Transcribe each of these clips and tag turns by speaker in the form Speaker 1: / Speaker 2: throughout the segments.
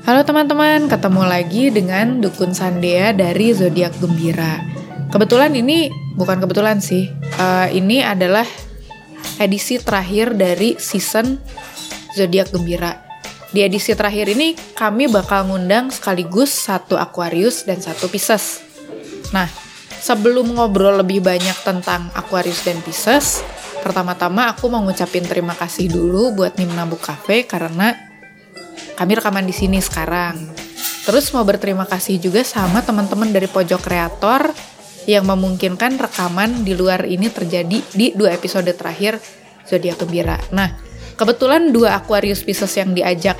Speaker 1: Halo teman-teman, ketemu lagi dengan Dukun Sandea dari Zodiak Gembira. Kebetulan ini, bukan kebetulan sih, ini adalah edisi terakhir dari season Zodiak Gembira. Di edisi terakhir ini kami bakal ngundang sekaligus satu Aquarius dan satu Pisces. Nah, sebelum ngobrol lebih banyak tentang Aquarius dan Pisces, pertama-tama aku mau ngucapin terima kasih dulu buat Nimna Book Cafe karena kami rekaman di sini sekarang. Terus mau berterima kasih juga sama teman-teman dari Pojok Kreator yang memungkinkan rekaman di luar ini terjadi di 2 episode terakhir Zodiak Gembira. Nah, kebetulan 2 Aquarius Pisces yang diajak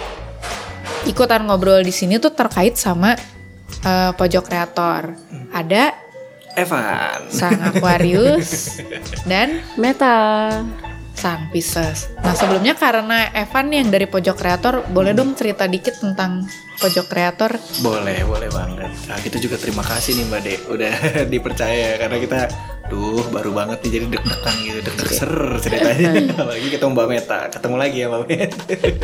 Speaker 1: ikutan ngobrol di sini tuh terkait sama Pojok Kreator. Ada
Speaker 2: Evan,
Speaker 1: sang Aquarius, dan
Speaker 3: Meta,
Speaker 1: sang Pisces. Nah, sebelumnya karena Evan yang dari Pojok Kreator, boleh dong cerita dikit tentang Pojok Kreator?
Speaker 2: boleh banget. Nah, kita juga terima kasih nih Mbak De, udah dipercaya karena kita, baru banget nih jadi deg-degan gitu, deg-deg ceritanya. Apalagi ketemu Mbak Meta, ketemu lagi ya Mbak Meta.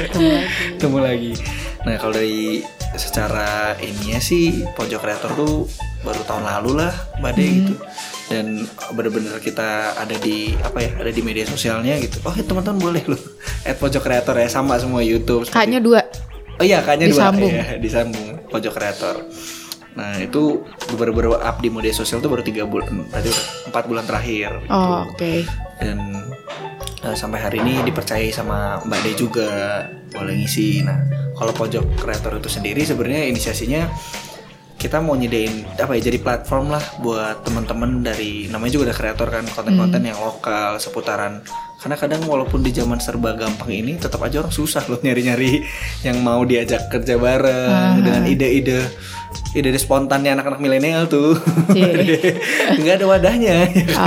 Speaker 2: Ketemu lagi. Nah, kalau dari secara ininya sih Pojok Kreator tuh baru tahun lalu lah Mbak De gitu. Dan bener-bener kita ada di ada di media sosialnya gitu. Oh ya teman-teman boleh loh @Pojok Kreator ya, sama semua YouTube.
Speaker 1: Kayaknya 2.
Speaker 2: Oh iya, kayaknya
Speaker 1: disambung.
Speaker 2: 2 ya, disambung Pojok Kreator. Nah, itu baru up di media sosial tuh baru 3 bulan, berarti 4 bulan terakhir gitu.
Speaker 1: Oh, oke.
Speaker 2: Dan sampai hari ini dipercayai sama Mbak De juga boleh ngisi. Nah, kalau Pojok Kreator itu sendiri sebenarnya inisiasinya kita mau nyedain jadi platform lah buat teman-teman dari, namanya juga udah kreator kan, konten-konten yang lokal seputaran. Karena kadang walaupun di zaman serba gampang ini tetap aja orang susah loh nyari-nyari yang mau diajak kerja bareng dengan ide-ide spontannya anak-anak milenial tuh. Nggak ada wadahnya.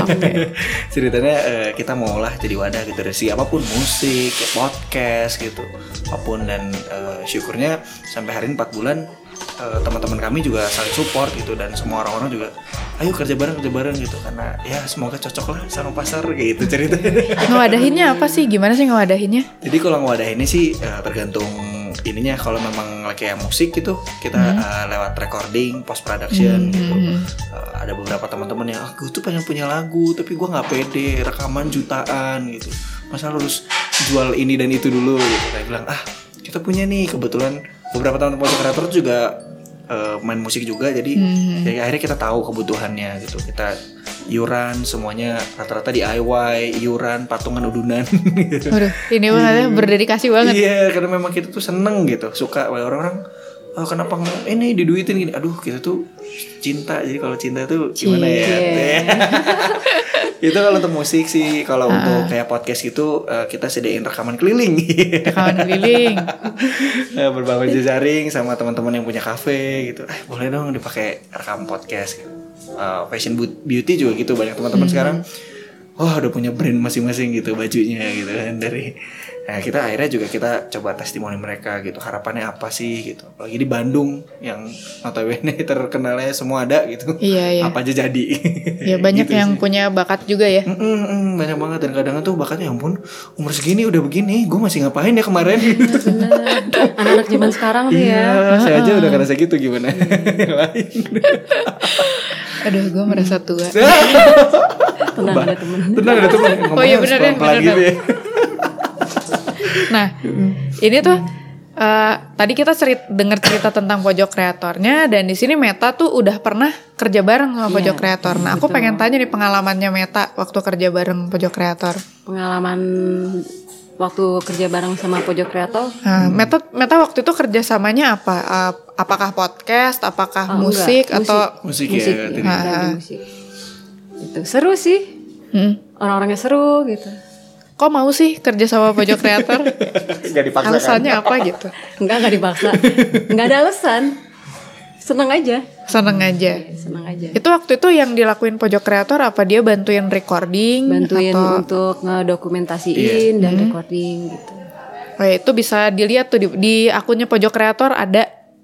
Speaker 2: Ceritanya kita maulah jadi wadah gitu dari segi apapun, musik, podcast gitu, apapun. Dan syukurnya sampai hari ini 4 bulan teman-teman kami juga saling support gitu, dan semua orang-orang juga ayo kerja bareng gitu, karena ya semoga cocok lah sama pasar gitu ceritanya.
Speaker 1: Ngewadahinnya apa sih? Gimana sih ngewadahinnya?
Speaker 2: Jadi kalau ngewadahinnya sih tergantung ininya. Kalau memang kayak musik gitu kita lewat recording, post production gitu. Ada beberapa teman-teman yang gue tuh pengen punya lagu tapi gue nggak pede rekaman jutaan gitu, masa harus jual ini dan itu dulu gitu. Saya bilang kita punya nih, kebetulan beberapa teman-teman Pojok Kreator juga main musik juga, jadi ya akhirnya kita tahu kebutuhannya gitu. Kita iuran semuanya rata-rata DIY, iuran patungan udunan.
Speaker 1: Waduh, ini makanya berdedikasi banget.
Speaker 2: Iya, karena memang kita tuh seneng gitu, suka orang-orang kenapa ini diduitin gini. Aduh, kita tuh cinta. Jadi kalau cinta tuh gimana ya? Itu kalau untuk musik sih. Kalau untuk kayak podcast gitu kita sediain rekaman keliling. Berbangun jejaring sama teman-teman yang punya kafe gitu. Boleh dong dipakai rekam podcast gitu. Fashion beauty juga gitu, banyak teman-teman sekarang udah punya brand masing-masing gitu bajunya gitu kan. Kita akhirnya juga kita coba testimoni mereka gitu, harapannya apa sih gitu. Apalagi di Bandung yang notabene terkenalnya semua ada gitu.
Speaker 1: Iya.
Speaker 2: Apa aja jadi.
Speaker 1: Ya banyak gitu yang sih punya bakat juga ya.
Speaker 2: Banyak banget, dan kadang tuh bakatnya ampun umur segini udah begini, gue masih ngapain ya kemarin.
Speaker 3: Bener. Anak-anak zaman sekarang tuh
Speaker 2: ya. Saya aja udah ngerasa gitu, gimana lain.
Speaker 1: Aduh, gue merasa tua.
Speaker 3: Tenang ada temen.
Speaker 1: Oh iya benar ya.
Speaker 2: Gitu ya.
Speaker 1: Nah, ini tuh tadi kita dengar cerita tentang Pojok Kreatornya, dan di sini Meta tuh udah pernah kerja bareng sama Pojok Kreator. Nah, aku pengen tanya nih pengalamannya Meta waktu kerja bareng Pojok Kreator.
Speaker 3: Pengalaman waktu kerja bareng sama Pojok Kreator.
Speaker 1: Meta waktu itu kerjasamanya apa? Apakah podcast? Apakah musik atau
Speaker 2: musik?
Speaker 3: Musik. Itu seru sih. Orang-orangnya seru gitu.
Speaker 1: Kok mau sih kerja sama Pojok Kreator?
Speaker 2: Gak dipaksa.
Speaker 1: Alasannya apa gitu?
Speaker 3: Enggak dipaksa. Enggak ada alasan. Seneng aja. Itu waktu itu yang dilakuin Pojok Kreator apa dia bantuin recording? Bantuin
Speaker 1: atau
Speaker 3: untuk ngedokumentasiin dan recording gitu.
Speaker 1: Oh ya, itu bisa dilihat tuh di akunnya Pojok Kreator ada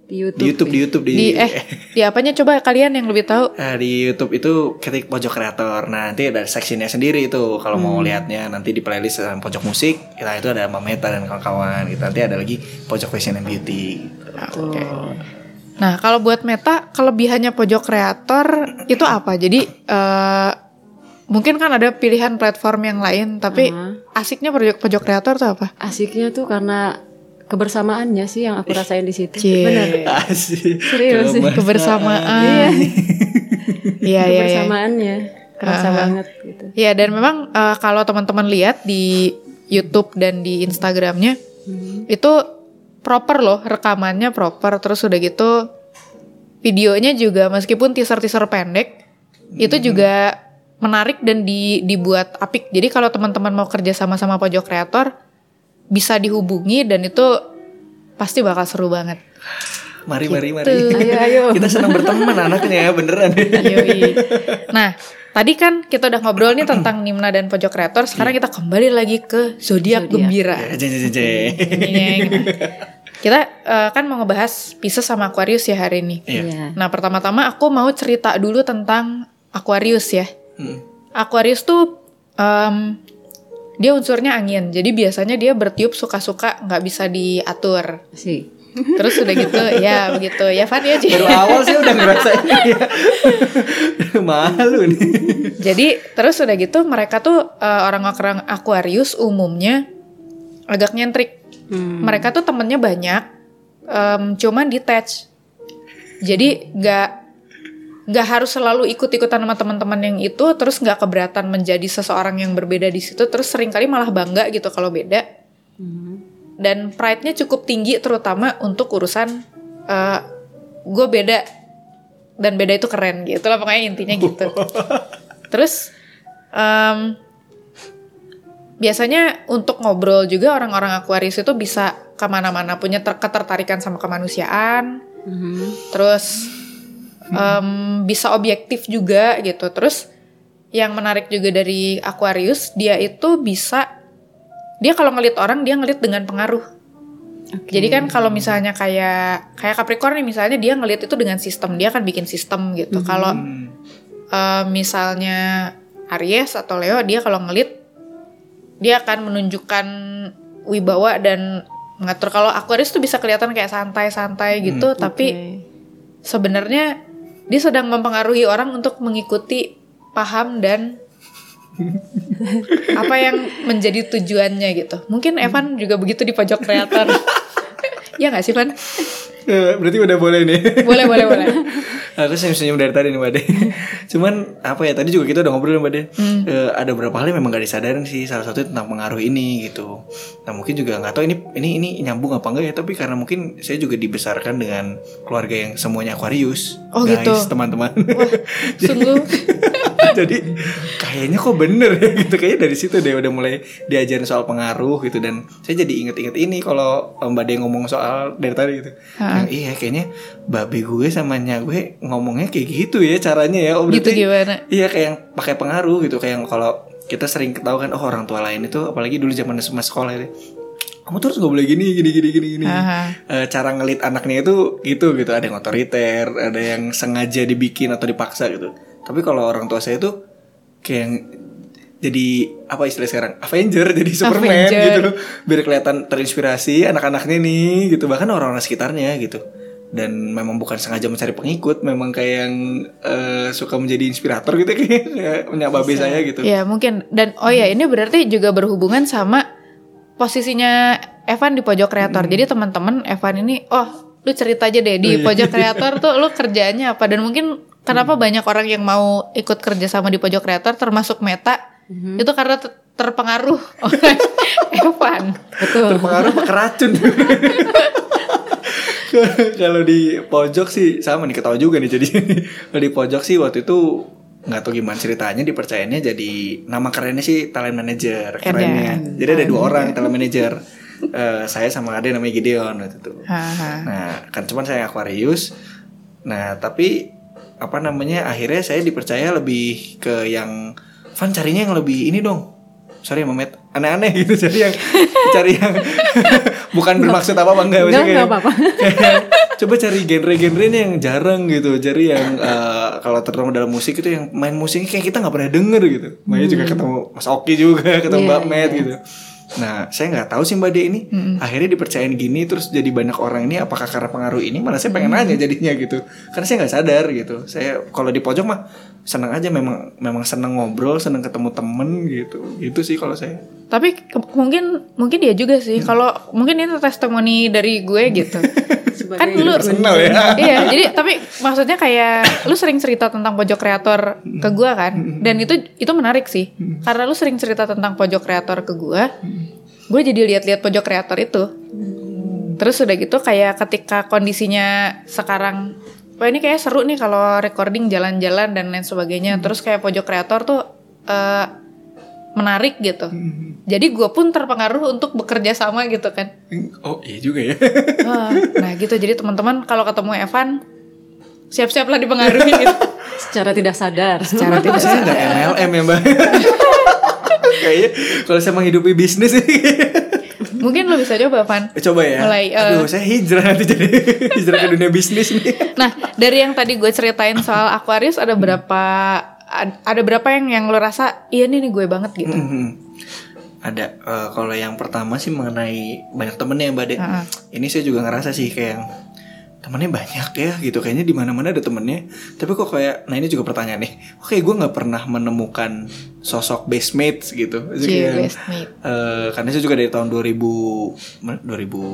Speaker 3: Di YouTube.
Speaker 1: Di apanya coba kalian yang lebih tahu?
Speaker 2: Di YouTube itu ketik pojok kreator. Nah, nanti ada seksinya sendiri itu. Kalau mau lihatnya nanti di playlist pojok musik, nah itu ada Mbak Meta dan kawan-kawan. Gitu. Nanti ada lagi pojok fashion and beauty.
Speaker 1: Oke. Nah, kalau buat Meta, kelebihannya pojok kreator itu apa? Jadi mungkin kan ada pilihan platform yang lain, tapi asiknya pojok kreator tuh apa?
Speaker 3: Asiknya tuh karena kebersamaannya sih yang aku rasain di situ.
Speaker 1: Bener.
Speaker 2: Asik.
Speaker 3: Serius sih.
Speaker 1: Kebersamaan. Iya.
Speaker 3: Kebersamaannya kerasa banget gitu.
Speaker 1: Iya, dan memang kalau teman-teman lihat di YouTube dan di Instagramnya itu proper loh, rekamannya proper. Terus udah gitu videonya juga meskipun teaser pendek itu juga menarik dan dibuat apik. Jadi kalau teman-teman mau kerja sama pojok kreator bisa dihubungi dan itu pasti bakal seru banget.
Speaker 2: Mari.
Speaker 3: Ayo.
Speaker 2: Kita senang berteman anaknya beneran.
Speaker 1: Nah, tadi kan kita udah ngobrol nih tentang Nimna dan pojok kreator. Sekarang kita kembali lagi ke Zodiak Gembira. Kita kan mau ngebahas Pisces sama Aquarius ya hari ini. Nah, pertama-tama aku mau cerita dulu tentang Aquarius ya. Aquarius tuh dia unsurnya angin, jadi biasanya dia bertiup suka-suka, nggak bisa diatur.
Speaker 3: Sih.
Speaker 1: Terus udah gitu, ya begitu ya Van ya.
Speaker 2: Baru awal sih udah ngerasain ya. Malu nih.
Speaker 1: Jadi terus udah gitu mereka tuh orang-orang Aquarius umumnya agak nyentrik. Mereka tuh temennya banyak, cuman detach. Jadi nggak harus selalu ikut-ikutan sama teman-teman yang itu, terus nggak keberatan menjadi seseorang yang berbeda di situ, terus seringkali malah bangga gitu kalau beda. Dan pride-nya cukup tinggi terutama untuk urusan gue beda dan beda itu keren gitu lah pokoknya intinya gitu. Terus biasanya untuk ngobrol juga orang-orang Aquarius itu bisa kemana-mana, punya ketertarikan sama kemanusiaan. Terus bisa objektif juga gitu. Terus yang menarik juga dari Aquarius, dia kalau ngeliat orang dia ngeliat dengan pengaruh. Jadi kan kalau misalnya kayak Capricorn nih misalnya, dia ngeliat itu dengan sistem, dia akan bikin sistem gitu. Kalau misalnya Aries atau Leo, dia kalau ngeliat dia akan menunjukkan wibawa dan mengatur. Kalau Aquarius tuh bisa kelihatan kayak santai-santai gitu, tapi sebenarnya dia sedang mempengaruhi orang untuk mengikuti paham dan apa yang menjadi tujuannya gitu. Mungkin Evan juga begitu di pojok kreator. Ya nggak sih Van?
Speaker 2: Berarti udah boleh nih.
Speaker 1: Boleh.
Speaker 2: Aku senyum-senyum dari tadi nih Mbak De. Cuman apa ya, tadi juga kita udah ngobrol Mbak De. Ada beberapa hal yang memang gak disadarin sih. Salah satu tentang pengaruh ini gitu. Nah mungkin juga gak tahu ini nyambung apa enggak ya. Tapi karena mungkin saya juga dibesarkan dengan keluarga yang semuanya Aquarius.
Speaker 1: Oh
Speaker 2: guys,
Speaker 1: gitu.
Speaker 2: Teman-teman.
Speaker 1: Wah, sungguh.
Speaker 2: Jadi kayaknya kok bener ya gitu. Kayaknya dari situ deh udah mulai diajarin soal pengaruh gitu. Dan saya jadi inget-inget ini kalau Mbak De ngomong soal dari tadi gitu. Iya kayaknya babe gue sama nyak gue ngomongnya kayak gitu ya caranya ya.
Speaker 1: Gitu gimana?
Speaker 2: Iya kayak yang pakai pengaruh gitu. Kayak yang kalau kita sering ketahui kan, orang tua lain itu apalagi dulu zaman sekolah itu, kamu terus gak boleh gini. Cara ngelit anaknya itu gitu. Ada yang otoriter, ada yang sengaja dibikin atau dipaksa gitu. Tapi kalau orang tua saya tuh kayak yang jadi apa istilah sekarang, Avenger, jadi Superman gitu loh, biar kelihatan terinspirasi anak-anaknya nih gitu, bahkan orang-orang sekitarnya gitu. Dan memang bukan sengaja mencari pengikut, memang kayak yang suka menjadi inspirator gitu kayak punya babe saya gitu.
Speaker 1: Ya mungkin. Dan ini berarti juga berhubungan sama posisinya Evan di pojok kreator. Jadi teman-teman Evan ini, lu cerita aja deh di pojok kreator tuh lu kerjaannya apa, dan mungkin kenapa banyak orang yang mau ikut kerja sama di pojok kreator termasuk Meta. Itu karena terpengaruh oleh Evan.
Speaker 3: Betul.
Speaker 2: Terpengaruh pakai racun. Kalau di pojok sih sama nih, ketawa juga nih jadi. Kalau di pojok sih waktu itu nggak tahu gimana ceritanya dipercayanya jadi, nama kerennya sih talent manager kerennya. Jadi ada 2 orang talent manager. Saya sama Ade namanya Gideon waktu itu. Nah kan cuman saya Aquarius. Nah tapi apa namanya, akhirnya saya dipercaya lebih ke yang Van, carinya yang lebih ini dong. Sorry Mamet, aneh-aneh gitu. Cari yang bukan bermaksud apa-apa, enggak apa-apa. Coba cari genre-genre yang jarang gitu. Cari yang kalau terutama dalam musik itu yang main musiknya kayak kita nggak pernah denger gitu. Makanya juga ketemu Mas Oki juga, ketemu Mbak Met gitu. Nah, saya nggak tahu sih Mbak De ini. Akhirnya dipercayain gini terus jadi banyak orang ini. Apakah karena pengaruh ini? Malah saya pengen nanya jadinya gitu. Karena saya nggak sadar gitu. Saya kalau di pojok mah seneng aja, memang seneng ngobrol, seneng ketemu temen gitu. Itu sih kalau saya.
Speaker 1: Tapi mungkin dia juga sih. Kalau mungkin ini testimoni dari gue gitu. Kan lu
Speaker 2: personal ya.
Speaker 1: Iya, jadi tapi maksudnya kayak lu sering cerita tentang pojok kreator ke gue kan, dan itu menarik sih, karena lu sering cerita tentang pojok kreator ke gue jadi lihat-lihat pojok kreator itu. Terus udah gitu kayak ketika kondisinya sekarang, wah ini kayak seru nih kalau recording jalan-jalan dan lain sebagainya. Terus kayak pojok kreator tuh menarik gitu. Jadi gue pun terpengaruh untuk bekerja sama gitu kan.
Speaker 2: Oh iya juga ya.
Speaker 1: Nah gitu, jadi teman-teman kalau ketemu Evan siap-siaplah dipengaruhi gitu.
Speaker 3: Secara tidak sadar.
Speaker 2: Secara tidak sadar. Saya nggak MLM ya Mbak. Kayaknya kalau saya menghidupi bisnis ini.
Speaker 1: Mungkin lo bisa coba Van.
Speaker 2: Coba ya.
Speaker 1: Mulai,
Speaker 2: aduh saya hijrah nanti jadi hijrah ke dunia bisnis nih.
Speaker 1: Nah dari yang tadi gue ceritain soal Aquarius ada berapa yang lo rasa iya nih gue banget gitu?
Speaker 2: Ada. Kalau yang pertama sih mengenai banyak temennya Mbak De. Ini saya juga ngerasa sih kayak temennya banyak ya gitu. Kayaknya di mana-mana ada temennya. Tapi kok kayak, nah ini juga pertanyaan nih. Oke, gue nggak pernah menemukan sosok best mates gitu.
Speaker 1: Best mate.
Speaker 2: Karena saya juga dari tahun 2008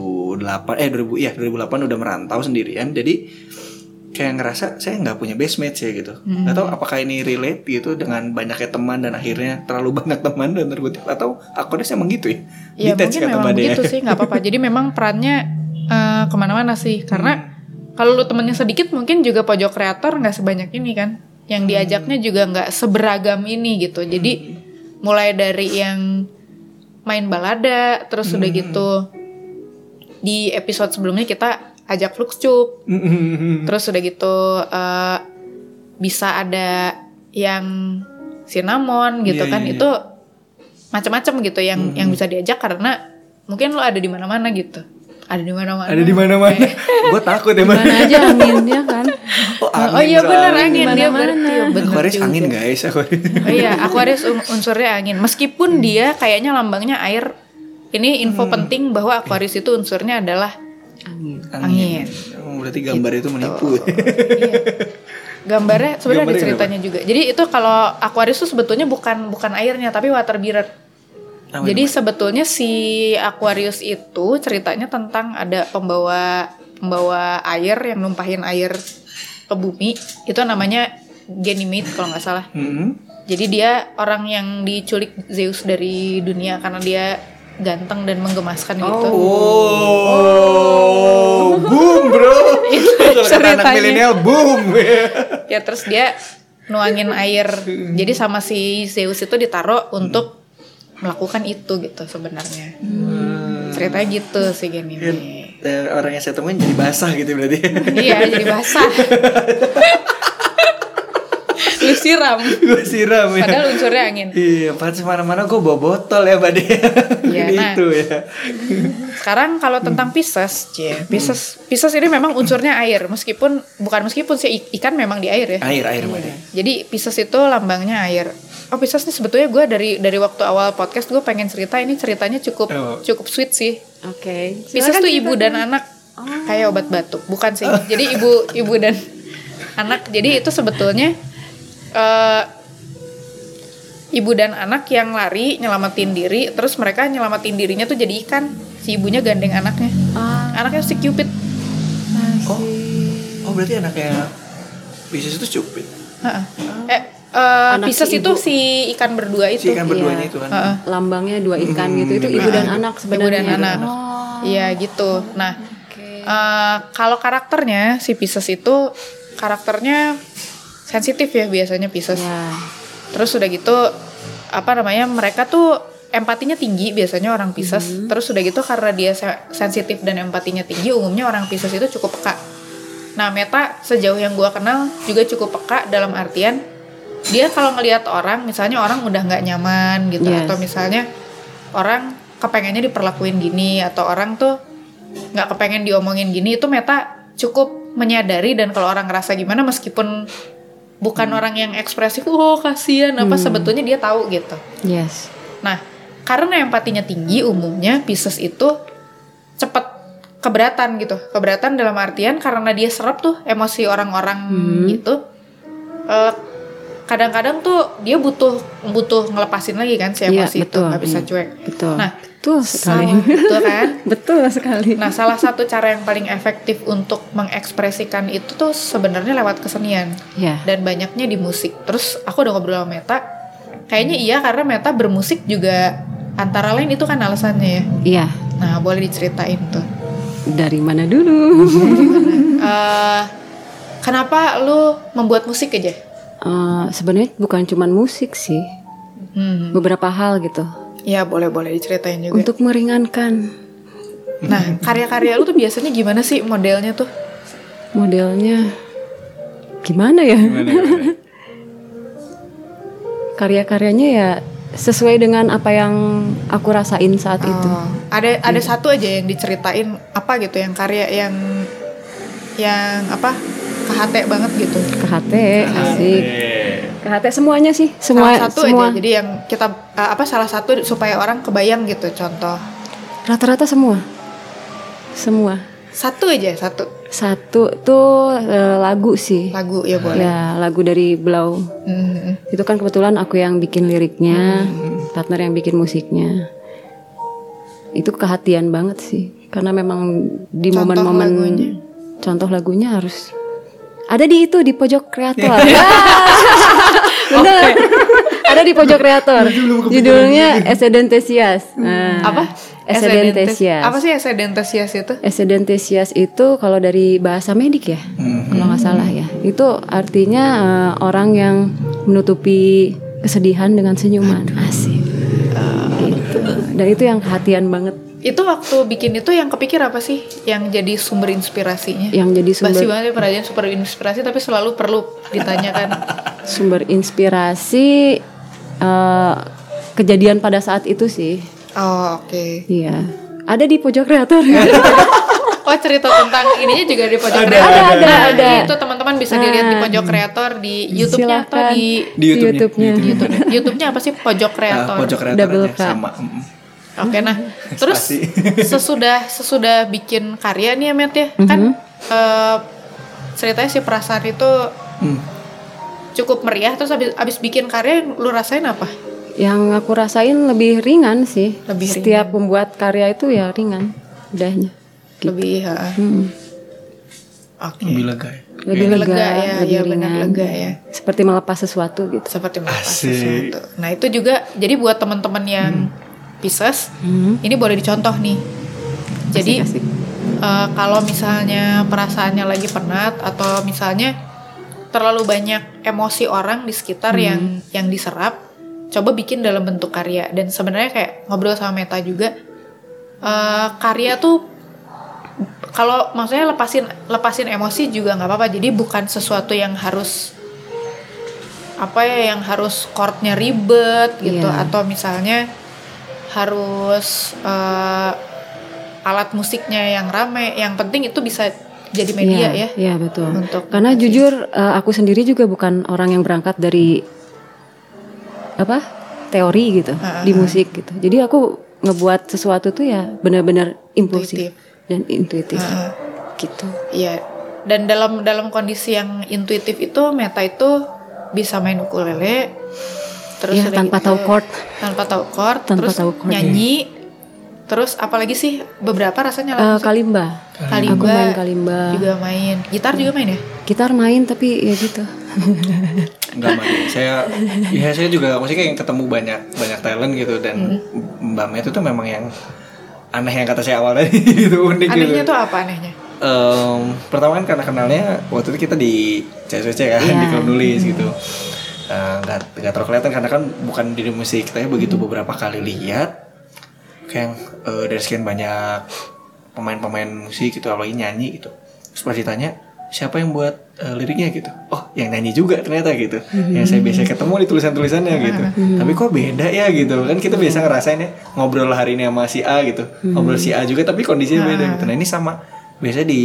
Speaker 2: udah merantau sendirian. Jadi kayak ngerasa saya nggak punya best mates ya gitu. Nggak tahu apakah ini relate gitu dengan banyaknya teman dan akhirnya terlalu banyak teman dan terkutip, atau Aquarius emang gitu ya?
Speaker 1: Iya mungkin memang begitu sih, nggak apa-apa. Jadi memang perannya kemana-mana sih. Karena kalau lu temennya sedikit mungkin juga pojok kreator nggak sebanyak ini kan. Yang diajaknya juga nggak seberagam ini gitu. Jadi mulai dari yang main balada, terus udah gitu di episode sebelumnya kita ajak Fluxcup, terus udah gitu bisa ada yang cinnamon gitu kan. Itu macam-macam gitu yang bisa diajak karena mungkin lo ada di mana-mana gitu. Ada di mana-mana.
Speaker 2: Gue takut ya.
Speaker 3: Mana aja anginnya kan.
Speaker 1: Oh iya benar angin dia berarti.
Speaker 2: Aquarius angin guys.
Speaker 1: Oh iya Aquarius unsurnya angin. Meskipun dia kayaknya lambangnya air. Ini info penting bahwa Aquarius itu unsurnya adalah angin.
Speaker 2: Berarti gambar itu menipu.
Speaker 1: Iya. Gambarnya sebenarnya ada ceritanya juga. Jadi itu kalau Aquarius itu sebetulnya bukan airnya tapi water bearer. Jadi sebetulnya si Aquarius itu ceritanya tentang ada pembawa air yang numpahin air ke bumi. Itu namanya Ganymede kalau nggak salah. Jadi dia orang yang diculik Zeus dari dunia karena dia ganteng dan menggemaskan gitu.
Speaker 2: Boom bro. Itu anak milenial boom.
Speaker 1: Ya terus dia nuangin air. Jadi sama si Zeus itu ditaruh untuk melakukan itu gitu sebenarnya. Ceritanya gitu sih gini.
Speaker 2: Orang yang saya temuin jadi basah gitu berarti.
Speaker 1: Iya jadi basah. Lu siram.
Speaker 2: Gue siram ya.
Speaker 1: Padahal unsurnya angin.
Speaker 2: Iya, pas mana-mana gue bawa botol ya Mbak De.
Speaker 1: Iya,
Speaker 2: gitu ya.
Speaker 1: Sekarang kalau tentang Pisces, Pisces ini memang unsurnya air. Meskipun sih ikan memang di air ya.
Speaker 2: Air Mbak De.
Speaker 1: Jadi Pisces itu lambangnya air. Oh Pisces nih sebetulnya gue dari waktu awal podcast gue pengen cerita, ini ceritanya cukup sweet sih.
Speaker 3: Oke.
Speaker 1: Pisces tuh ibu dan anak kayak obat batuk, bukan sih. Jadi ibu dan anak. Jadi itu sebetulnya ibu dan anak yang lari nyelamatin diri, terus mereka nyelamatin dirinya tuh jadi ikan. Si ibunya gandeng anaknya. Anaknya si Cupid.
Speaker 2: Oh berarti anaknya Pisces itu Cupid.
Speaker 1: Pisces itu si ikan berdua itu.
Speaker 2: Si ikan berduanya itu kan.
Speaker 3: Lambangnya dua ikan gitu. Itu ibu dan anak sebenarnya.
Speaker 1: Ibu dan anak. Iya gitu. Nah, kalau karakternya si Pisces itu karakternya sensitif ya biasanya Pisces. Terus udah gitu mereka tuh empatinya tinggi biasanya orang Pisces. Terus udah gitu karena dia sensitif dan empatinya tinggi, umumnya orang Pisces itu cukup peka. Nah, Meta sejauh yang gue kenal juga cukup peka dalam artian dia kalau ngelihat orang, misalnya orang udah nggak nyaman gitu, atau misalnya orang kepengennya diperlakuin gini, atau orang tuh nggak kepengen diomongin gini, itu Meta cukup menyadari, dan kalau orang ngerasa gimana meskipun bukan orang yang ekspresif, kasihan apa, sebetulnya dia tahu gitu.
Speaker 3: Yes.
Speaker 1: Nah, karena empatinya tinggi, umumnya Pisces itu cepet keberatan gitu. Keberatan dalam artian karena dia serap tuh emosi orang-orang gitu. Kadang-kadang tuh dia butuh ngelepasin lagi kan si emosi itu, nggak bisa cuek.
Speaker 3: Betul.
Speaker 1: Nah,
Speaker 3: betul sekali.
Speaker 1: Betul kan?
Speaker 3: Betul sekali.
Speaker 1: Nah, salah satu cara yang paling efektif untuk mengekspresikan itu tuh sebenarnya lewat kesenian. Dan banyaknya di musik. Terus aku udah ngobrol sama Meta, kayaknya iya karena Meta bermusik juga antara lain itu kan alasannya ya.
Speaker 3: Iya.
Speaker 1: Nah, boleh diceritain tuh.
Speaker 3: Dari mana dulu?
Speaker 1: Kenapa lu membuat musik aja?
Speaker 3: Sebenarnya bukan cuman musik sih, beberapa hal gitu.
Speaker 1: Ya boleh diceritain juga.
Speaker 3: Untuk meringankan.
Speaker 1: Nah, karya-karya lu tuh biasanya gimana sih modelnya tuh?
Speaker 3: Modelnya gimana ya? Karya-karyanya ya sesuai dengan apa yang aku rasain saat itu.
Speaker 1: Ada satu aja yang diceritain apa gitu, yang karya yang apa? KHT banget gitu. KHT
Speaker 3: asik. KHT semuanya sih,
Speaker 1: salah satu aja. Jadi yang kita salah satu supaya orang kebayang gitu, contoh.
Speaker 3: Rata-rata semua.
Speaker 1: Satu aja,
Speaker 3: Satu tuh lagu sih.
Speaker 1: Lagu ya boleh.
Speaker 3: Ya, lagu dari Blau. Itu kan kebetulan aku yang bikin liriknya, partner yang bikin musiknya. Itu kehatian banget sih, karena memang di momen-momen contoh lagunya harus ada di pojok kreator. Bener. Ada di pojok kreator. Judulnya Esedentesias.
Speaker 1: Apa?
Speaker 3: Esedentesias.
Speaker 1: Apa sih Esedentesias itu?
Speaker 3: Esedentesias itu kalau dari bahasa medik ya, kalau nggak salah ya. Itu artinya orang yang menutupi kesedihan dengan senyuman. Asik. Gitu. Dan itu yang kehatian banget.
Speaker 1: Itu waktu bikin itu yang kepikir apa sih? Yang jadi sumber inspirasinya?
Speaker 3: Yang jadi sumber.
Speaker 1: Basi banget ya pertanyaan sumber inspirasi, tapi selalu perlu ditanyakan.
Speaker 3: Sumber inspirasi kejadian pada saat itu sih.
Speaker 1: Oh, oke.
Speaker 3: Iya. Ada di pojok kreator.
Speaker 1: Oh, cerita tentang ininya juga di pojok kreator. Ada. Itu teman-teman bisa dilihat di pojok kreator di YouTube-nya atau di
Speaker 3: YouTube-nya.
Speaker 1: YouTube-nya apa sih? Pojok kreator.
Speaker 2: Pojok kreator sama.
Speaker 1: Oke, nah terus sesudah bikin karya nih ya Matt ya, kan ceritanya si perasaan itu cukup meriah, terus abis bikin karya lu rasain apa?
Speaker 3: Yang aku rasain lebih ringan sih.
Speaker 1: ringan.
Speaker 3: Setiap membuat karya itu ya ringan udahnya. Gitu.
Speaker 1: Lebih
Speaker 2: Okay. Lebih lega ya?
Speaker 3: Lebih lega
Speaker 1: ya,
Speaker 3: lebih ringan.
Speaker 1: benar lega ya.
Speaker 3: Seperti melepas sesuatu gitu.
Speaker 1: Sesuatu. Nah itu juga, jadi buat teman-teman yang Pisces, ini boleh dicontoh nih. Jadi
Speaker 3: asik.
Speaker 1: Kalau misalnya perasaannya lagi penat atau misalnya terlalu banyak emosi orang di sekitar yang diserap, coba bikin dalam bentuk karya. Dan sebenarnya kayak ngobrol sama Meta juga, karya tuh kalau maksudnya lepasin emosi juga nggak apa-apa. Jadi bukan sesuatu yang harus yang harus chordnya ribet gitu, atau misalnya harus alat musiknya yang rame. Yang penting itu bisa jadi media ya.
Speaker 3: Iya betul. Karena jujur aku sendiri juga bukan orang yang berangkat dari teori gitu di musik gitu. Jadi aku ngebuat sesuatu tuh ya benar-benar impulsif dan intuitif gitu.
Speaker 1: Iya. Dan dalam kondisi yang intuitif itu Meta itu bisa main ukulele. Terus
Speaker 3: tanpa tahu chord,
Speaker 1: terus nyanyi, terus apalagi sih beberapa rasanya
Speaker 3: kalimba. Aku main kalimba.
Speaker 1: Juga main, gitar juga main ya?
Speaker 3: Gitar main tapi ya gitu.
Speaker 2: Enggak main. Saya juga maksudnya yang ketemu banyak talent gitu, dan Mbak Meta itu tuh memang yang aneh yang kata saya awal tadi gitu, unik.
Speaker 1: Anehnya
Speaker 2: gitu.
Speaker 1: Tuh apa anehnya?
Speaker 2: Pertama kan karena kenalnya waktu itu kita di CSWC kan, di klub nulis gitu. Nggak terlalu kelihatan karena kan bukan di musik, tapi begitu beberapa kali lihat kayak dari sekian banyak pemain musik gitu, apalagi nyanyi gitu, terus pas ditanya siapa yang buat liriknya gitu, oh yang nyanyi juga ternyata gitu, yang saya biasa ketemu di tulisannya gitu, tapi kok beda ya gitu kan, kita biasa ngerasain ya ngobrol hari ini sama si A gitu, ngobrol si A juga tapi kondisinya beda gitu. Nah ini sama biasanya di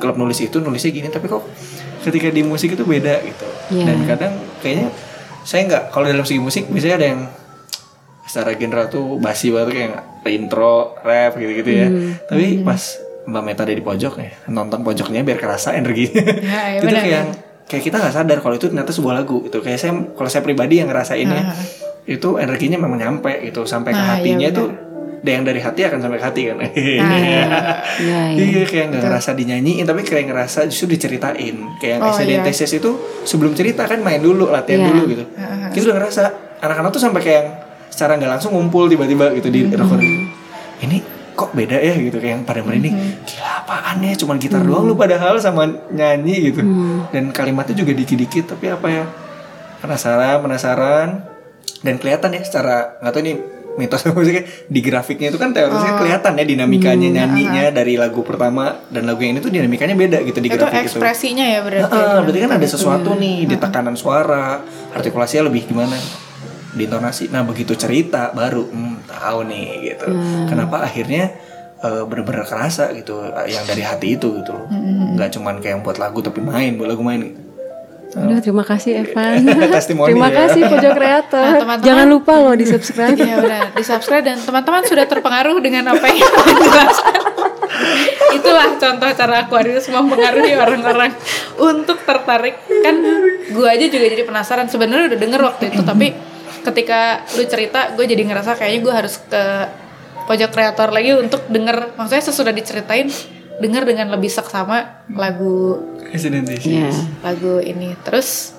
Speaker 2: klub nulis itu nulisnya gini, tapi kok ketika di musik itu beda gitu. Dan kadang kayaknya saya nggak, kalau dalam segi musik biasanya ada yang secara general tuh basi banget kayak intro, rap gitu-gitu ya. Tapi pas Mbak Meta ada di pojok ya, nonton pojoknya biar kerasa energinya.
Speaker 1: Ya,
Speaker 2: itu kayak kita nggak sadar kalau itu ternyata sebuah lagu gitu. Kayak saya, kalau saya pribadi yang ngerasainnya itu energinya memang nyampe gitu sampai ke hatinya tuh. Yang dari hati akan sampai ke hati kan. Iya, kayak nggak ngerasa dinyanyiin, tapi kayak ngerasa justru diceritain. Kayak yang SDNTSS itu sebelum cerita kan main dulu, latihan dulu gitu. Kita udah ngerasa anak-anak tuh sampai kayak secara nggak langsung ngumpul tiba-tiba gitu di recording. Ini kok beda ya gitu, kayak yang pada merinding. Gila apaan ya, cuman gitar doang lu padahal sama nyanyi gitu. Dan kalimatnya juga dikit-dikit, tapi apa ya, penasaran dan kelihatan ya secara, nggak tahu ini mitos musiknya, di grafiknya itu kan teorinya kelihatan ya dinamikanya nyanyinya dari lagu pertama dan lagu yang ini tuh dinamikanya beda gitu di grafik itu.
Speaker 1: Ekspresinya ya berarti.
Speaker 2: Berarti kan ada sesuatu nih di tekanan suara, artikulasinya lebih gimana, di intonasi. Nah begitu cerita baru tahu nih gitu. Kenapa akhirnya benar-benar kerasa gitu yang dari hati itu gitu. Nggak cuman kayak buat lagu tapi buat lagu main gitu.
Speaker 3: Udah, terima kasih Evan.
Speaker 2: Terima
Speaker 3: kasih Pojok Kreator. Jangan lupa loh di subscribe.
Speaker 1: Iya benar, di subscribe, dan teman-teman sudah terpengaruh dengan apa yang dijelaskan. Itulah contoh cara Aquarius mempengaruhi orang-orang untuk tertarik. Kan gue aja juga jadi penasaran. Sebenarnya udah denger waktu itu, tapi ketika lu cerita, gue jadi ngerasa kayaknya gue harus ke Pojok Kreator lagi untuk denger. Maksudnya sesudah diceritain, dengar dengan lebih seksama lagu lagu ini. Terus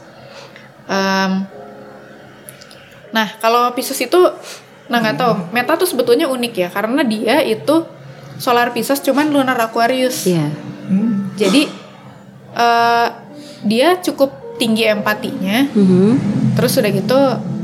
Speaker 1: nah kalau Pisces itu nggak tahu, Meta tuh sebetulnya unik ya, karena dia itu solar Pisces cuman lunar Aquarius. Jadi dia cukup tinggi empatinya. Terus udah gitu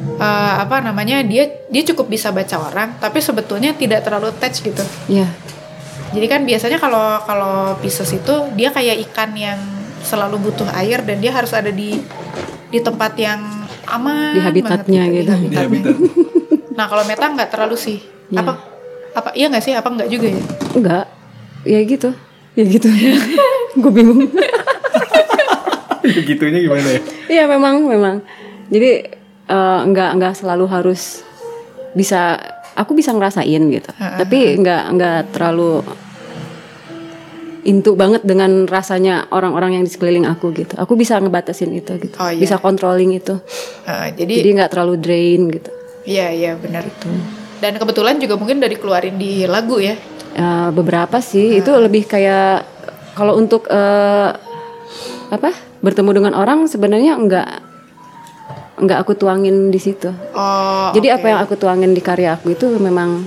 Speaker 1: dia cukup bisa baca orang, tapi sebetulnya tidak terlalu attach gitu. Jadi kan biasanya kalau Pisces itu dia kayak ikan yang selalu butuh air dan dia harus ada di tempat yang aman,
Speaker 3: di habitatnya gitu.
Speaker 1: Di habitat. Nah kalau Meta nggak terlalu sih. Apa iya nggak sih? Apa nggak juga ya?
Speaker 3: Enggak. Ya gitu. Gue bingung.
Speaker 2: Gitunya gimana ya?
Speaker 3: Iya memang. Jadi nggak selalu harus bisa. Aku bisa ngerasain gitu, tapi nggak terlalu into banget dengan rasanya orang-orang yang di sekeliling aku gitu. Aku bisa ngebatasin itu gitu, bisa controlling itu. Jadi nggak terlalu drain gitu.
Speaker 1: Iya benar itu. Dan kebetulan juga mungkin udah dikeluarin di lagu ya.
Speaker 3: Beberapa sih itu lebih kayak kalau untuk bertemu dengan orang sebenarnya nggak aku tuangin di situ. Jadi apa yang aku tuangin di karya aku itu memang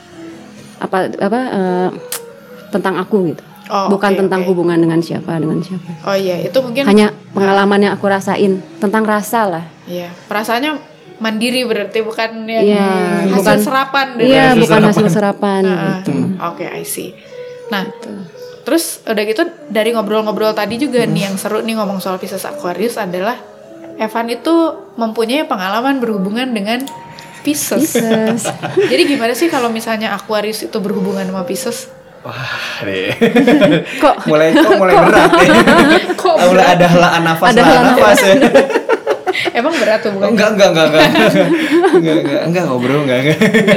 Speaker 3: tentang aku gitu. Bukan tentang hubungan dengan siapa. Oh
Speaker 1: iya, itu mungkin
Speaker 3: hanya pengalaman yang aku rasain tentang rasa lah.
Speaker 1: Iya, perasaannya mandiri berarti, bukan yang hasil serapan.
Speaker 3: Iya, bukan hasil serapan gitu.
Speaker 1: Oke, I see. Nah, terus udah gitu dari ngobrol-ngobrol tadi juga nih yang seru nih ngomong soal Pisces Aquarius adalah Evan itu mempunyai pengalaman berhubungan dengan Pisces. Jadi gimana sih kalau misalnya Aquarius itu berhubungan sama Pisces?
Speaker 2: Wah, deh. Kok mulai berat deh. Mulai ada helaan nafas ya.
Speaker 1: Emang berat tuh bukan?
Speaker 2: Enggak ngobrol enggak.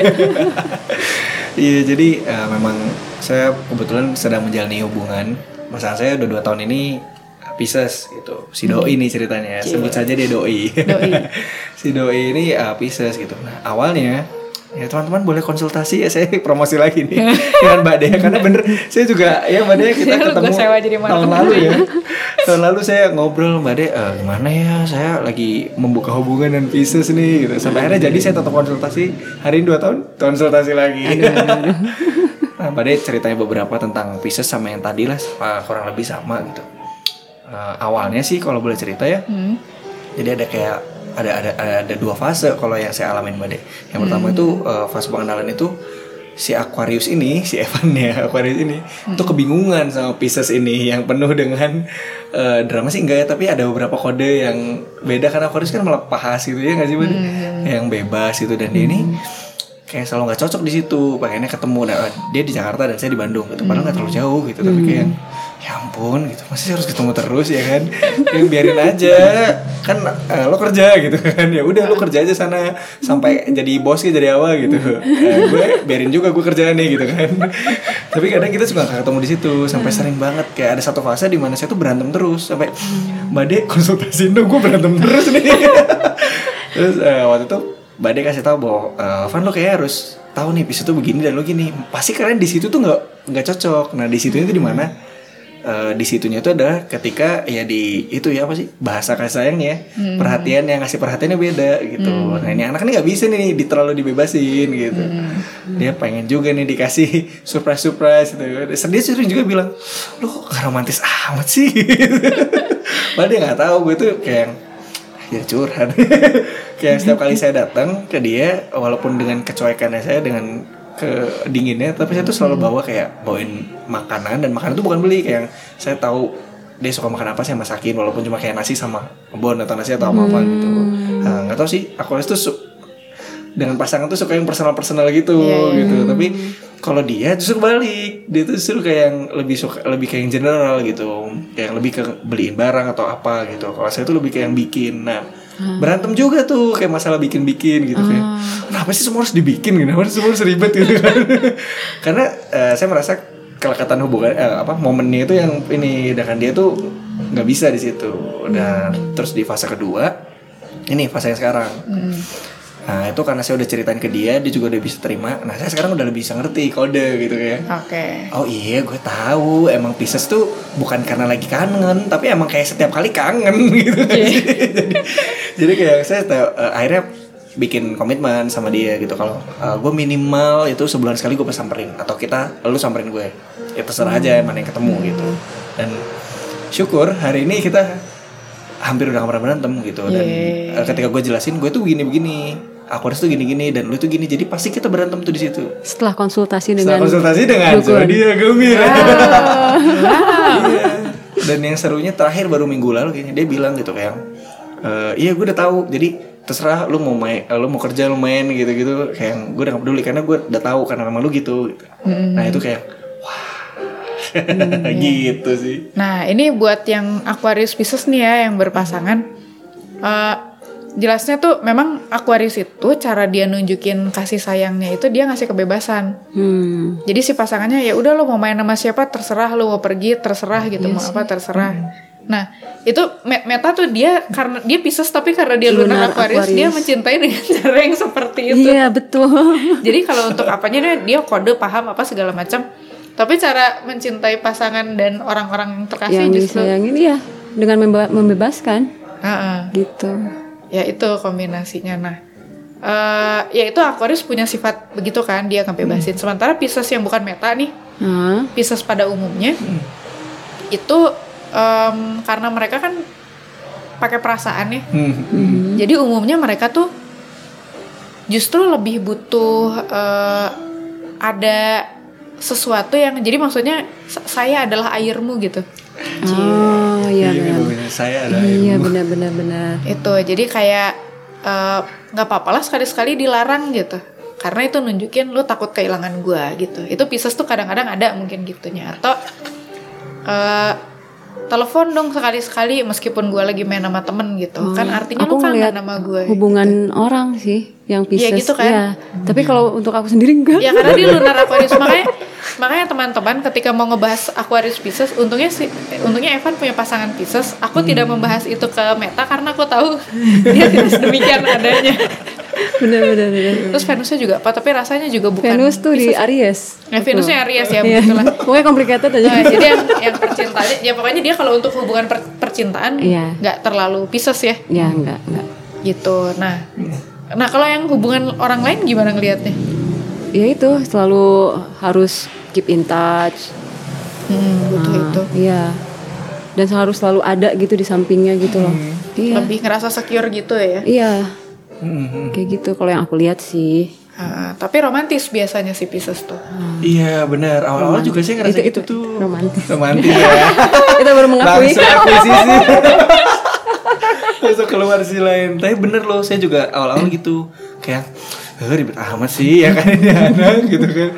Speaker 2: Iya, jadi memang saya kebetulan sedang menjalani hubungan. Pasangan saya udah 2 tahun ini Pisces gitu. Si doi nih ceritanya, sebut saja dia doi. Si doi ini Pisces gitu. Nah, awalnya ya teman-teman boleh konsultasi ya, saya promosi lagi nih dengan Mbak Dea, karena bener saya juga ya Mbak Dea kita ketemu tahun lalu ya. Tahun lalu saya ngobrol Mbak Dea, gimana ya saya lagi membuka hubungan dengan Pisces nih gitu. Sampai akhirnya jadi saya tetap konsultasi, hari ini 2 tahun konsultasi lagi. Nah, Mbak Dea ceritanya beberapa tentang Pisces sama yang tadi lah, kurang lebih sama gitu. Awalnya sih kalau boleh cerita ya, jadi ada kayak ada 2 fase kalau yang saya alamin Mbak De. Yang pertama itu fase pengenalan itu si Aquarius ini, si Evan ya, Aquarius ini itu kebingungan sama Pisces ini yang penuh dengan drama sih enggak ya, tapi ada beberapa kode yang beda karena Aquarius kan melepas gitu ya nggak sih Mbak De? Yang bebas gitu, dan dia ini kayak selalu nggak cocok di situ, pengennya ketemu. Nah, dia di Jakarta dan saya di Bandung gitu, padahal nggak terlalu jauh gitu, tapi kayak ya ampun gitu, masih harus ketemu terus ya kan, ya biarin aja kan, lo kerja gitu kan, ya udah lo kerja aja sana sampai jadi bos jadi apa gitu, gue biarin juga gue kerjaan nih gitu kan. Tapi kadang kita suka gak ketemu di situ sampai sering banget, kayak ada satu fase di mana saya tuh berantem terus sampai Mbak De konsultasiin dong, gue berantem terus nih. Terus waktu itu Mbak De kasih tahu bahwa Van, lo kayak harus tahu nih Pisces tuh begini dan lo gini. Pasti kalian di situ tuh nggak cocok. Nah di situnya itu di mana? Di situnya itu adalah ketika ya di itu ya apa sih, bahasa kasih sayangnya, perhatian yang ngasih perhatiannya beda gitu. Nah ini anak ini nggak bisa nih terlalu dibebasin gitu. Dia pengen juga nih dikasih surprise gitu. Dia sering juga bilang, lo gak romantis amat sih. Padahal dia nggak tahu gue tuh kayak ya curhat. Kayak setiap kali saya datang ke dia, walaupun dengan kecuekannya saya, dengan kedinginnya, tapi saya tuh selalu bawain makanan, dan makanan itu bukan beli, kayak saya tahu dia suka makan apa, saya masakin, walaupun cuma kayak nasi sama kebon atau nasi atau apa gitu. Nah, nggak tahu sih, aku tuh dengan pasangan tuh suka yang personal gitu. Gitu. Tapi kalau dia justru balik, dia tuh justru kayak yang lebih kayak yang general gitu, kayak yang lebih ke beliin barang atau apa gitu. Kalau saya tuh lebih kayak yang bikin. Nah berantem juga tuh kayak masalah bikin gitu, kayak kenapa sih semua harus dibikin, kenapa sih semua harus ribet gitu kan. Karena saya merasa kelekatan hubungan momennya itu yang ini, dengan dia tuh nggak bisa di situ. Dan terus di fase kedua, ini fase yang sekarang. Nah itu karena saya udah ceritain ke dia juga udah bisa terima. Nah saya sekarang udah lebih bisa ngerti kode gitu ya. Oh iya, gue tahu emang Pisces tuh bukan karena lagi kangen, tapi emang kayak setiap kali kangen gitu. Jadi kayak saya akhirnya bikin komitmen sama dia gitu, kalau gue minimal itu sebulan sekali gue samperin, atau lu samperin gue, ya terserah aja mana yang ketemu gitu. Dan syukur hari ini kita hampir udah gak pernah berantem gitu. Dan ketika gue jelasin gue tuh begini, Aquarius tuh gini dan lu tuh gini, jadi pasti kita berantem tuh di situ.
Speaker 3: Setelah konsultasi dengan
Speaker 2: Zodiak Gembira. Iya. Dan yang serunya terakhir baru minggu lalu kayaknya dia bilang gitu kayak, iya gue udah tahu, jadi terserah lu mau main, lu mau kerja lu main gitu, kayak gue udah gak peduli karena gue udah tahu karena memang lu gitu. Nah itu kayak gitu sih.
Speaker 1: Nah ini buat yang Aquarius Pisces nih ya, yang berpasangan, jelasnya tuh memang Aquarius itu cara dia nunjukin kasih sayangnya itu dia ngasih kebebasan. Jadi si pasangannya ya udah lo mau main sama siapa terserah, lo mau pergi terserah gitu, mau apa terserah. Nah itu Meta tuh dia karena dia Pisces tapi karena dia lunar Aquarius, dia mencintai dengan cara yang seperti itu.
Speaker 3: Iya betul.
Speaker 1: Jadi kalau untuk apanya dia kode paham apa segala macam. Tapi cara mencintai pasangan dan orang-orang yang terkasih
Speaker 3: yang
Speaker 1: justru
Speaker 3: disayangin ya dengan membebaskan. Gitu.
Speaker 1: Ya itu kombinasinya. Nah, ya itu Aquarius punya sifat begitu kan, dia ngebebasin. Sementara Pisces yang bukan Meta nih, Pisces pada umumnya itu karena mereka kan pakai perasaan ya. Jadi umumnya mereka tuh justru lebih butuh ada sesuatu yang, jadi maksudnya saya adalah airmu gitu.
Speaker 3: Iya
Speaker 2: saya adalah airmu.
Speaker 3: Iya benar.
Speaker 1: Itu jadi kayak nggak apa-apa lah sekali-sekali dilarang gitu, karena itu nunjukin lu takut kehilangan gue gitu. Itu Pisces tuh kadang-kadang ada mungkin gitunya. Atau telepon dong sekali-sekali meskipun gue lagi main sama temen gitu. Kan artinya lu kangen sama gue.
Speaker 3: Hubungan gitu. Orang sih yang Pisces.
Speaker 1: Iya gitu kan.
Speaker 3: Ya. Tapi kalau untuk aku sendiri enggak.
Speaker 1: Ya karena dia lunar Aquarius. Makanya teman-teman ketika mau ngebahas Aquarius Pisces, untungnya Evan punya pasangan Pisces. Aku tidak membahas itu ke Meta karena aku tahu dia tidak sedemikian adanya.
Speaker 3: Benar.
Speaker 1: Terus Venusnya juga apa? Tapi rasanya juga bukan.
Speaker 3: Venus tuh Pisces. Di Aries.
Speaker 1: Venusnya Aries ya, begitulah.
Speaker 3: Pokoknya complicated aja.
Speaker 1: Jadi yang percintaannya, ya pokoknya dia kalau untuk hubungan percintaan nggak terlalu Pisces ya.
Speaker 3: Ya nggak.
Speaker 1: Gitu. Nah kalau yang hubungan orang lain gimana ngelihatnya?
Speaker 3: Ya itu selalu harus keep in touch.
Speaker 1: Butuh itu.
Speaker 3: Iya. Dan harus selalu ada gitu di sampingnya gitu loh. Iya.
Speaker 1: Lebih ngerasa secure gitu ya?
Speaker 3: Iya. Kayak gitu kalau yang aku lihat sih.
Speaker 1: Tapi romantis biasanya si Pisces tuh.
Speaker 2: Iya benar. Awal-awal juga saya ngerasa itu tuh
Speaker 3: romantis
Speaker 2: ya.
Speaker 3: Kita baru mengakui.
Speaker 2: Langsung akuisisi. Langsung keluar sisi lain. Tapi bener loh, saya juga awal-awal gitu kayak ribet amat sih ya kan ini anak gitu kan.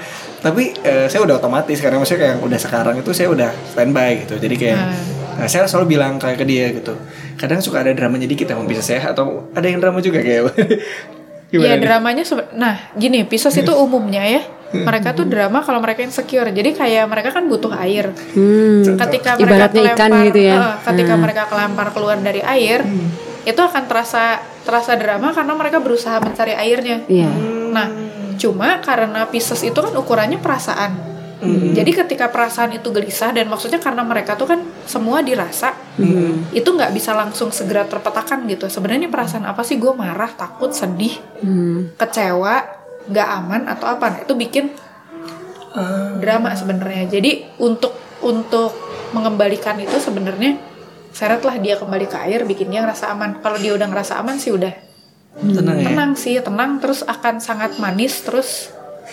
Speaker 2: Tapi saya udah otomatis karena maksudnya kayak udah sekarang itu saya udah standby gitu. Jadi kayak saya selalu bilang kayak ke dia gitu. Kadang suka ada dramanya dikit yang bisa saya atau ada yang drama juga kayak.
Speaker 1: Iya dramanya gini, Pisces itu umumnya ya. Mereka tuh drama kalau mereka insecure. Jadi kayak mereka kan butuh air. Ketika mereka
Speaker 3: ibaratnya ikan gitu ya.
Speaker 1: Ketika mereka kelempar keluar dari air, itu akan terasa drama karena mereka berusaha mencari airnya. Nah, cuma karena Pisces itu kan ukurannya perasaan. Jadi ketika perasaan itu gelisah, dan maksudnya karena mereka tuh kan semua dirasa, itu nggak bisa langsung segera terpetakan gitu. Sebenarnya perasaan apa sih? Gue marah, takut, sedih, kecewa, nggak aman atau apa? Nah, itu bikin drama sebenarnya. Jadi untuk mengembalikan itu sebenarnya seretlah dia kembali ke air, bikin dia ngerasa aman. Kalau dia udah ngerasa aman sih udah tenang sih, tenang, terus akan sangat manis, terus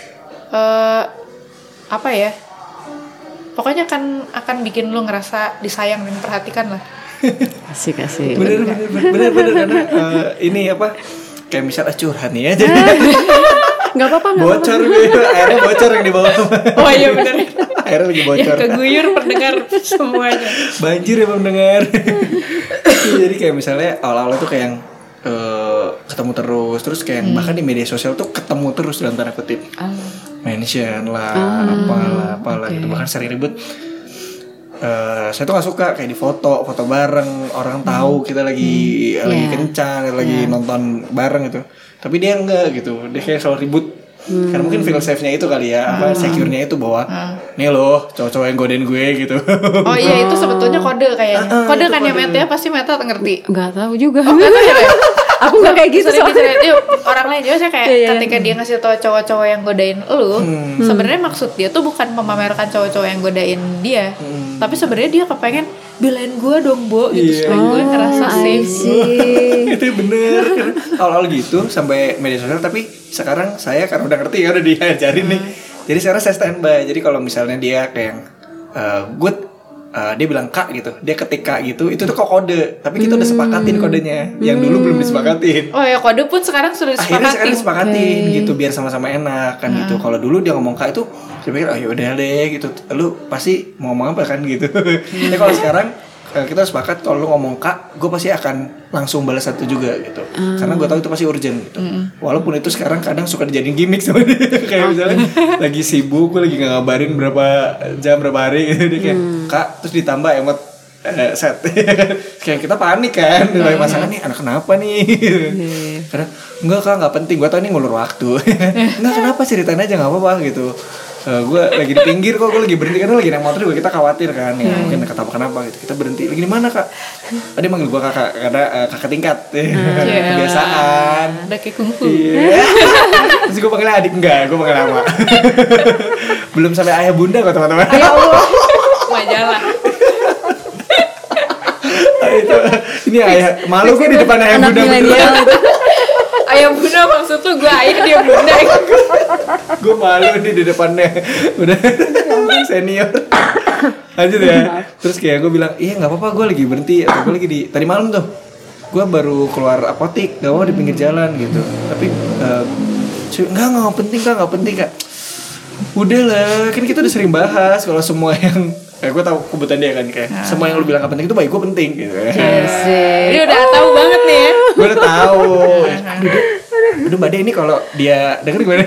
Speaker 1: apa ya, pokoknya akan bikin lu ngerasa disayang dan perhatikan lah.
Speaker 3: Asik.
Speaker 2: Bener karena ini apa, kayak misalnya curhat nih ya, jadi
Speaker 3: nggak apa-apa
Speaker 2: bocor gitu, airnya bocor yang di bawah.
Speaker 1: Oh iya bener,
Speaker 2: airnya lagi bocor,
Speaker 1: keguyur pendengar semuanya,
Speaker 2: banjir ya pendengar. Jadi kayak misalnya awal-awal tuh kayak yang ketemu terus kayak bahkan di media sosial tuh ketemu terus dalam tanda kutip, mention lah, apalah gitu, bahkan sering ribut. Saya tuh gak suka kayak di foto bareng, orang tahu kita lagi kencan, lagi nonton bareng gitu. Tapi dia enggak gitu, dia kayak selalu ribut. Karena mungkin feel safe-nya itu kali ya, secure-nya itu bahwa nih loh cowok-cowok yang godain gue gitu.
Speaker 1: Oh iya, itu sebetulnya kode kayaknya. Kode kan ya Meta ya, pasti Meta ngerti.
Speaker 3: Nggak tahu juga.
Speaker 1: Oh, nggak tahu ya?
Speaker 3: Aku nggak kayak gitu soalnya.
Speaker 1: Orang lain juga saya kayak ketika dia ngasih tau cowok-cowok yang godain lu, sebenarnya maksud dia tuh bukan memamerkan cowok-cowok yang godain dia, tapi sebenarnya dia kepengen belain gue dong Bo gitu, supaya gue ngerasa safe.
Speaker 2: Itu bener kan, awal-awal gitu sampai media sosial. Tapi sekarang saya karena udah ngerti ya, udah diajarin nih, jadi sekarang saya standby. Jadi kalau misalnya dia kayak good, dia bilang kak gitu, dia ketik kak gitu, itu tuh kok kode, tapi kita udah sepakatin kodenya, yang dulu belum disepakatin.
Speaker 1: Oh ya, kode pun sekarang sudah disepakatin.
Speaker 2: Akhirnya sekarang disepakatin gitu, biar sama-sama enak kan gitu. Kalau dulu dia ngomong kak itu, saya pikir yaudah deh gitu, lu pasti mau ngomong apa kan gitu. Tapi kalau sekarang kita sepakat kalau lu ngomong kak, gue pasti akan langsung balas satu juga gitu, karena gue tahu itu pasti urgent gitu. Walaupun itu sekarang kadang suka dijadiin gimmick sama dia. Kayak misalnya lagi sibuk, gue lagi nggak ngabarin berapa jam berapa hari gitu, dia kayak kak, terus ditambah emot set. Kayak kita panik kan, dari pasangan nih anak kenapa nih. Karena enggak kak, nggak penting, gue tau ini ngulur waktu. Enggak, kenapa, ceritain aja nggak apa-apa gitu. Gue lagi di pinggir kok, gue lagi berhenti karena lagi naik motor juga, kita khawatir kan ya, mungkin kenapa gitu, kita berhenti. Lagi di mana kak? Dia manggil gue kakak karena kakak tingkat. Kebiasaan.
Speaker 1: Udah kayak kungfu.
Speaker 2: Terus gue panggilnya adik, enggak, gue panggil nama. Belum sampai ayah bunda kok teman-teman.
Speaker 1: Ya Allah, majalah.
Speaker 2: Itu ini ayah, malu gue di depan ayah bunda.
Speaker 1: Ayah bunda maksud tuh gue ayah, dia bunda.
Speaker 2: Gue malu nih di depannya, udah senior. Lanjut ya. Terus kayak gue bilang, iya nggak apa-apa, gue lagi berhenti, atau gue lagi di tadi malam tuh, gue baru keluar apotik, gak mau di pinggir jalan gitu. Tapi nggak penting kak. Udah lah, kan kita udah sering bahas kalau semua yang gue tahu kebutuhan dia kan, kayak semua yang lu bilang gak penting itu bagi gue penting gitu.
Speaker 1: Dia udah tahu banget nih ya.
Speaker 2: Gue udah tahu. Aduh Mbak De, ini kalau dia denger gimana?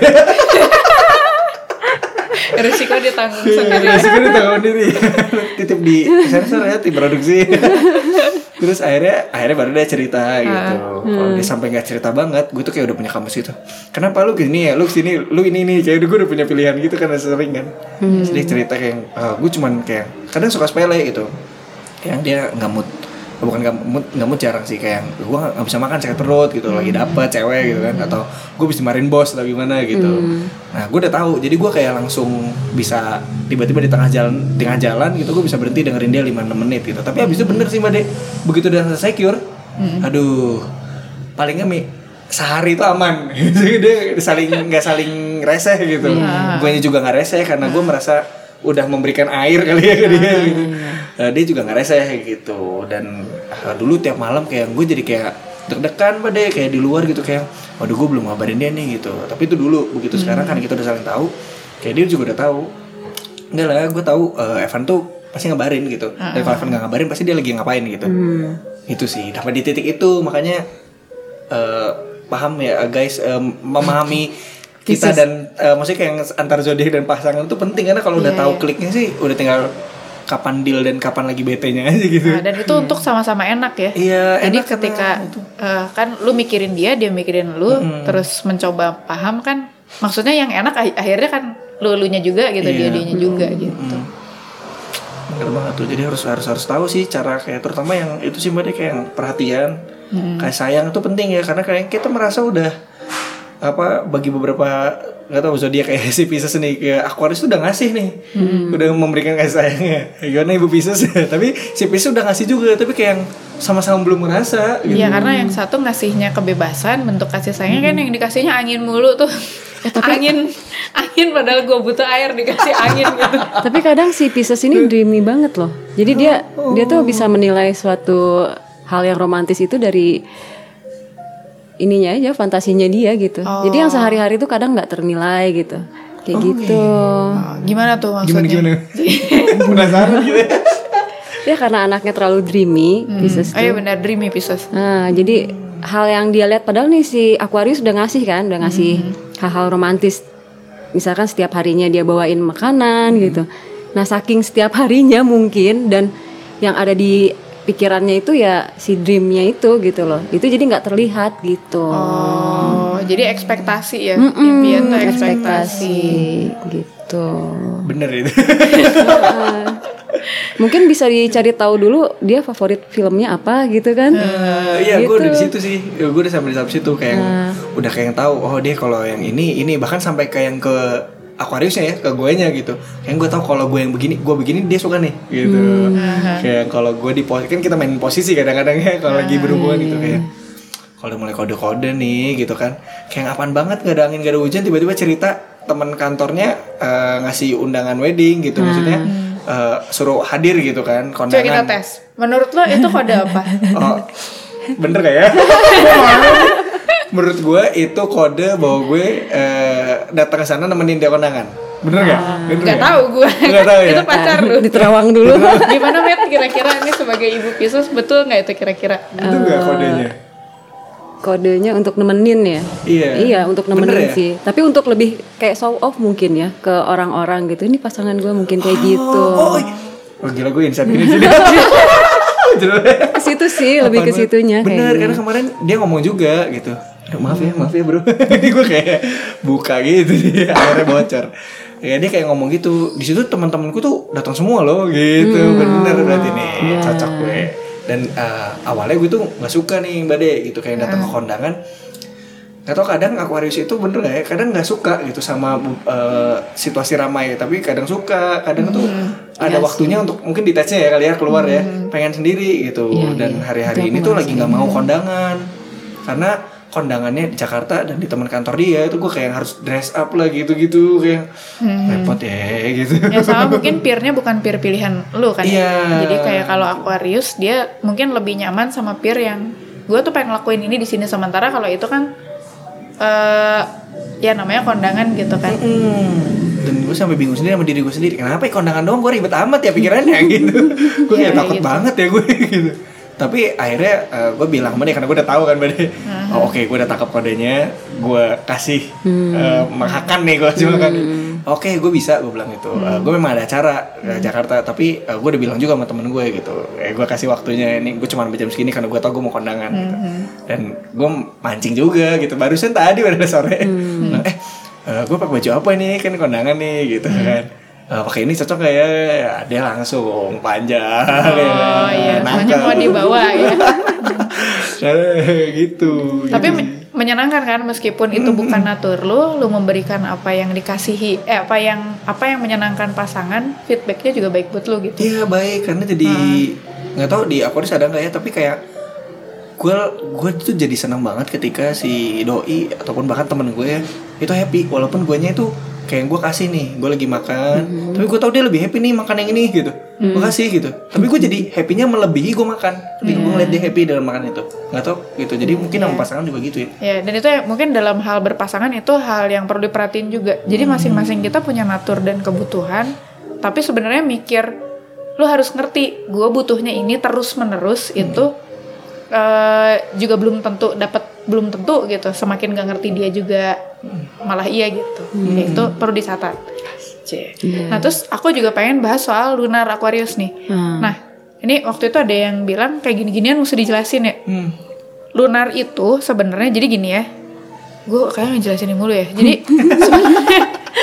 Speaker 1: Risiko dia tanggung sendiri.
Speaker 2: Risiko dia tanggung sendiri. Titip di sensor ya, tim produksi. Terus akhirnya baru dia cerita gitu. Kalau dia sampai nggak cerita banget, gue tuh kayak udah punya kamus gitu. Kenapa lu gini ya, lu sini, lu ini kayak gue udah punya pilihan gitu kan, sering kan. Terus dia cerita kayak gue cuman kayak kadang suka sepele gitu, yang dia nggak mood. Bukan nggak mood jarang sih, kayak gue nggak bisa makan sakit perut gitu, lagi dapet cewek gitu kan, atau gue bisa dimarahin bos atau gimana gitu. Nah gue udah tahu, jadi gue kayak langsung bisa tiba-tiba di tengah jalan gitu, gue bisa berhenti dengerin dia 5-6 menit gitu. Tapi abis itu bener sih Mbak De, begitu udah secure, aduh palingnya sehari itu aman. Dia nggak saling reseh gitu. Guanya juga nggak reseh karena gue merasa udah memberikan air kali ya ke dia gitu. Dia juga nggak reseh gitu. Dan dulu tiap malam kayak gue jadi kayak deg-degan pada kayak di luar gitu, kayak waduh gue belum ngabarin dia nih gitu. Tapi itu dulu, begitu sekarang kan kita udah saling tahu, kayak dia juga udah tahu. Enggak lah, gue tahu Evan tuh pasti ngabarin gitu. Dan kalau Evan nggak ngabarin pasti dia lagi ngapain gitu. Itu sih dapat di titik itu, makanya paham ya guys, memahami kita dan maksudnya kayak antar zodiak dan pasangan itu penting, karena kalau udah tahu kliknya sih udah tinggal kapan deal dan kapan lagi bete-nya aja gitu.
Speaker 1: Nah, dan itu untuk sama-sama enak ya.
Speaker 2: Iya.
Speaker 1: Jadi ketika kan lu mikirin dia mikirin lu, terus mencoba paham kan, maksudnya yang enak akhirnya kan lu-lunya juga gitu, dia-dianya juga gitu.
Speaker 2: Bener banget tuh. Jadi harus tahu sih cara kayak, terutama yang itu sih Mbak, kayak yang perhatian, kayak sayang itu penting ya, karena kayak kita merasa udah bagi beberapa nggak tahu zodiak kayak si Pisces nih, kayak Aquarius tuh udah ngasih nih, udah memberikan kasih sayangnya. Gimana Ibu Pisces? Tapi si Pisces udah ngasih juga, tapi kayak yang sama-sama belum ngerasa. Gitu.
Speaker 1: Iya, karena yang satu ngasihnya kebebasan, bentuk kasih sayangnya kan yang dikasihnya angin mulu tuh. Angin padahal gue butuh air dikasih angin gitu.
Speaker 3: Tapi kadang si Pisces ini dreamy banget loh. Jadi dia tuh bisa menilai suatu hal yang romantis itu dari ininya aja, fantasinya dia gitu. Jadi yang sehari-hari tuh kadang nggak ternilai gitu, kayak gitu.
Speaker 1: Gimana tuh maksudnya?
Speaker 2: Gimana? Penasaran gitu.
Speaker 3: Ya karena anaknya terlalu dreamy, Pisces tuh.
Speaker 1: Oh iya benar, dreamy Pisces.
Speaker 3: Nah, jadi hal yang dia lihat, padahal nih si Aquarius udah ngasih hal-hal romantis. Misalkan setiap harinya dia bawain makanan gitu. Nah, saking setiap harinya mungkin, dan yang ada di pikirannya itu ya si dreamnya itu gitu loh. Itu jadi nggak terlihat gitu.
Speaker 1: Oh, jadi ekspektasi ya. Impian tuh ekspektasi
Speaker 3: gitu.
Speaker 2: Bener itu.
Speaker 3: Mungkin bisa dicari tahu dulu dia favorit filmnya apa gitu kan.
Speaker 2: Iya,
Speaker 3: gitu.
Speaker 2: gue udah di situ sih. Gue udah sampai di situ kayak udah kayak yang tahu, oh dia kalau yang ini bahkan sampai kayak yang ke Aquariusnya ya, ke guenya gitu. Kayak gue tahu kalau gue yang begini dia suka nih gitu. Kayak kalau gue di posisi, kan kita main posisi kadang-kadang ya kalau lagi berhubungan gitu, kayak kalau udah mulai kode-kode nih gitu kan. Kayak apaan banget, gak ada angin gak ada hujan, tiba-tiba cerita teman kantornya ngasih undangan wedding gitu, maksudnya suruh hadir gitu kan, kondangan.
Speaker 1: Coba kita tes. Menurut lo itu kode apa?
Speaker 2: Oh, bener gak ya? Menurut gue itu kode bahwa gue datang ke sana nemenin dia kondangan. Bener gak?
Speaker 1: Gak tahu gue.
Speaker 2: Gak tahu ya?
Speaker 1: Itu pacar lu.
Speaker 3: Di Terawang dulu.
Speaker 1: Gimana Matt, kira-kira ini sebagai ibu Pisces betul gak itu kira-kira?
Speaker 2: Itu gak kodenya?
Speaker 3: Kodenya untuk nemenin ya. Iya, untuk nemenin sih. Tapi untuk lebih kayak show off mungkin ya ke orang-orang gitu. Ini pasangan gue mungkin kayak gitu.
Speaker 2: Oh gila, gue insight ini sih.
Speaker 3: Ke situ sih, lebih ke situnya.
Speaker 2: Bener, karena kemarin dia ngomong juga gitu. Aduh, maaf ya bro. Ini gue kayak buka gitu sih, akhirnya bocor. Ya dia kayak ngomong gitu. Di situ teman-temanku tuh datang semua loh gitu. Bener berarti nih, cocok gue. Dan awalnya gue tuh nggak suka nih Mbak De gitu, kayak datang ke kondangan. Gak tau, kadang Aquarius itu bener gak ya, kadang nggak suka gitu sama situasi ramai, tapi kadang suka, kadang tuh ada waktunya untuk mungkin ditesnya ya kali ya, keluar ya, pengen sendiri gitu. Dan hari-hari ini tuh lagi nggak mau kondangan, karena kondangannya di Jakarta dan di teman kantor dia itu gue kayak harus dress up lah gitu-gitu, kayak repot ya gitu.
Speaker 1: Ya sama, mungkin peer-nya bukan peer pilihan lu kan ya. Jadi kayak kalau Aquarius dia mungkin lebih nyaman sama peer yang gue tuh pengen ngelakuin ini di sini, sementara kalau itu kan ya namanya kondangan gitu kan.
Speaker 2: Dan gue sampai bingung sendiri sama diri gue sendiri, kenapa ya kondangan doang gue ribet amat ya pikirannya gitu. Gue kayak takut gitu banget ya gue gitu. Tapi akhirnya gue bilang sama dia, karena gue udah tahu kan Mbak. Oke, gue udah tangkap kodenya, gue kasih makan nih, gue kasih makan nih. Oke, gue bisa, gue bilang gitu. Gue memang ada acara ke Jakarta, tapi gue udah bilang juga sama temen gue gitu. Gue kasih waktunya ini, gue cuma jam segini karena gue tau gue mau kondangan gitu. Dan gue mancing juga gitu. Barusan tadi pada sore, gue pakai baju apa nih, kan kondangan nih gitu kan. Pakai ini cocok gak ya? Dia langsung panjang.
Speaker 1: Oh iya, semuanya mau dibawa ya.
Speaker 2: Gitu.
Speaker 1: Tapi menyenangkan kan, meskipun itu bukan natur lu memberikan apa yang dikasihi, apa yang menyenangkan pasangan, feedbacknya juga baik buat lu gitu.
Speaker 2: Iya baik, karena jadi nggak tahu di Aquarius ada nggak ya, tapi kayak gue tuh jadi senang banget ketika si doi ataupun bahkan temen gue ya itu happy, walaupun guenya itu kayak gue kasih nih, gue lagi makan, tapi gue tahu dia lebih happy nih makan yang ini gitu, gue kasih gitu, tapi gue jadi happynya melebihi gue makan, gue ngeliat dia happy dalam makan itu, nggak tau gitu, jadi mungkin sama pasangan juga gitu ya.
Speaker 1: Ya, dan itu mungkin dalam hal berpasangan itu hal yang perlu diperhatiin juga. Jadi masing-masing kita punya natur dan kebutuhan, tapi sebenarnya mikir, lu harus ngerti, gue butuhnya ini terus menerus itu juga belum tentu gitu. Semakin gak ngerti dia juga malah iya gitu. Ya, itu perlu dicatat. Nah terus aku juga pengen bahas soal lunar Aquarius nih. Nah ini waktu itu ada yang bilang kayak gini-ginian mesti dijelasin ya. Lunar itu sebenarnya jadi gini ya. Gue kayaknya ngejelasin mulu ya. Jadi sebenarnya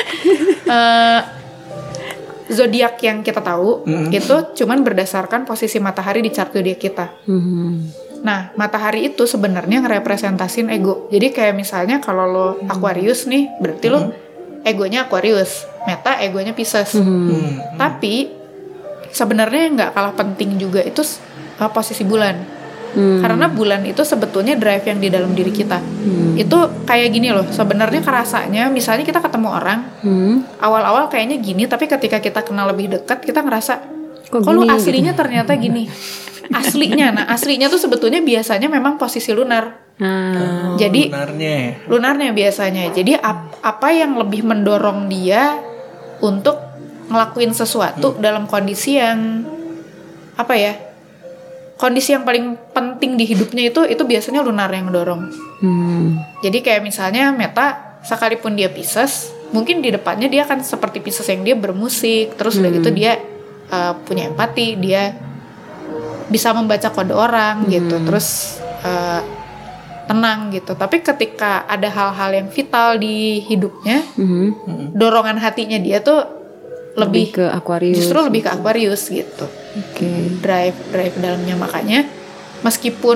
Speaker 1: zodiak yang kita tahu itu cuman berdasarkan posisi matahari di chart zodiak kita. Nah, matahari itu sebenarnya ngerepresentasin ego. Jadi kayak misalnya kalau lo Aquarius nih, berarti lo egonya Aquarius, Meta egonya Pisces. Tapi sebenarnya nggak kalah penting juga itu posisi bulan. Karena bulan itu sebetulnya drive yang di dalam diri kita. Itu kayak gini loh, sebenarnya kerasanya misalnya kita ketemu orang, awal-awal kayaknya gini, tapi ketika kita kenal lebih dekat, kita ngerasa kok lu aslinya gitu? Ternyata gini. Aslinya tuh sebetulnya biasanya memang posisi lunar. Jadi lunarnya biasanya. Jadi apa yang lebih mendorong dia untuk ngelakuin sesuatu dalam kondisi yang apa ya? Kondisi yang paling penting di hidupnya itu biasanya lunar yang mendorong. Jadi kayak misalnya Meta, sekalipun dia Pisces, mungkin di depannya dia akan seperti Pisces yang dia bermusik, terus udah gitu dia punya empati, dia bisa membaca kode orang gitu, terus tenang gitu. Tapi ketika ada hal-hal yang vital di hidupnya, dorongan hatinya dia tuh lebih
Speaker 3: ke Aquarius.
Speaker 1: Justru lebih ke Aquarius gitu. Drive dalamnya, makanya meskipun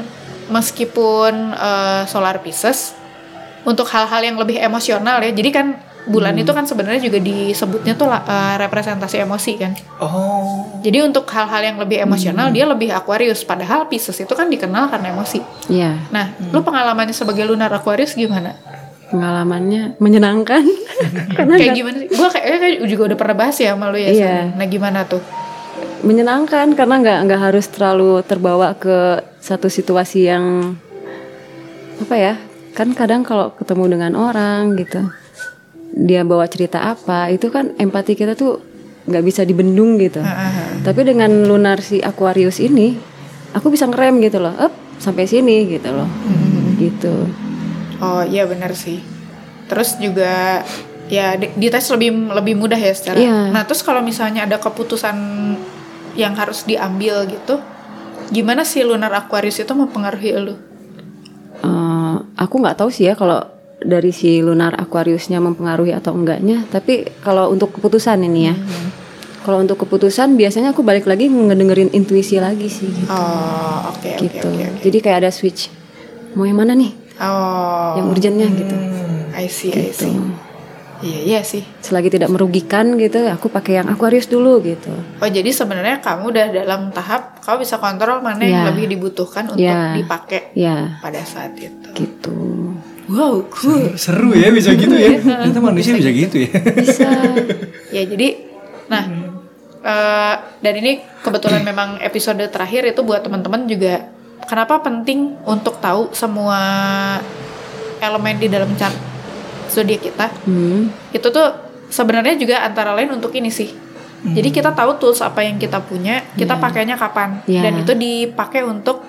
Speaker 1: solar Pisces untuk hal-hal yang lebih emosional ya. Jadi kan bulan itu kan sebenarnya juga disebutnya tuh representasi emosi kan. Jadi untuk hal-hal yang lebih emosional dia lebih Aquarius, padahal Pisces itu kan dikenal karena emosi. Nah, lu pengalamannya sebagai lunar Aquarius gimana?
Speaker 3: Pengalamannya menyenangkan.
Speaker 1: Kayak gimana sih? Gue kayak juga udah pernah bahas ya sama lu ya. Nah gimana tuh?
Speaker 3: Menyenangkan karena nggak harus terlalu terbawa ke satu situasi yang apa ya? Kan kadang kalau ketemu dengan orang gitu, dia bawa cerita apa, itu kan empati kita tuh nggak bisa dibendung gitu. Tapi dengan lunar si Aquarius ini, aku bisa ngerem gitu loh, sampai sini gitu loh, gitu.
Speaker 1: Oh iya benar sih. Terus juga ya dites lebih mudah ya secara. Nah terus kalau misalnya ada keputusan yang harus diambil gitu, gimana sih lunar Aquarius itu mempengaruhi lu? Aku nggak tahu sih ya kalau dari si lunar Aquariusnya mempengaruhi atau enggaknya. Tapi kalau untuk keputusan ini ya, kalau untuk keputusan biasanya aku balik lagi ngedengerin intuisi lagi sih gitu. Gitu. Jadi kayak ada switch, mau yang mana nih? Yang urgentnya gitu. I see. Iya sih.
Speaker 3: Selagi tidak merugikan gitu, aku pakai yang Aquarius dulu gitu.
Speaker 1: Oh jadi sebenarnya kamu udah dalam tahap kamu bisa kontrol mana yang lebih dibutuhkan untuk dipakai pada saat itu.
Speaker 3: Gitu.
Speaker 1: Wow, cool.
Speaker 2: Seru ya bisa gitu ya. Ternyata manusia bisa gitu ya.
Speaker 1: Bisa. Ya jadi, nah, dan ini kebetulan memang episode terakhir itu buat teman-teman juga. Kenapa penting untuk tahu semua elemen di dalam chart zodiak kita? Itu tuh sebenarnya juga antara lain untuk ini sih. Jadi kita tahu tools apa yang kita punya, kita pakainya kapan, dan itu dipakai untuk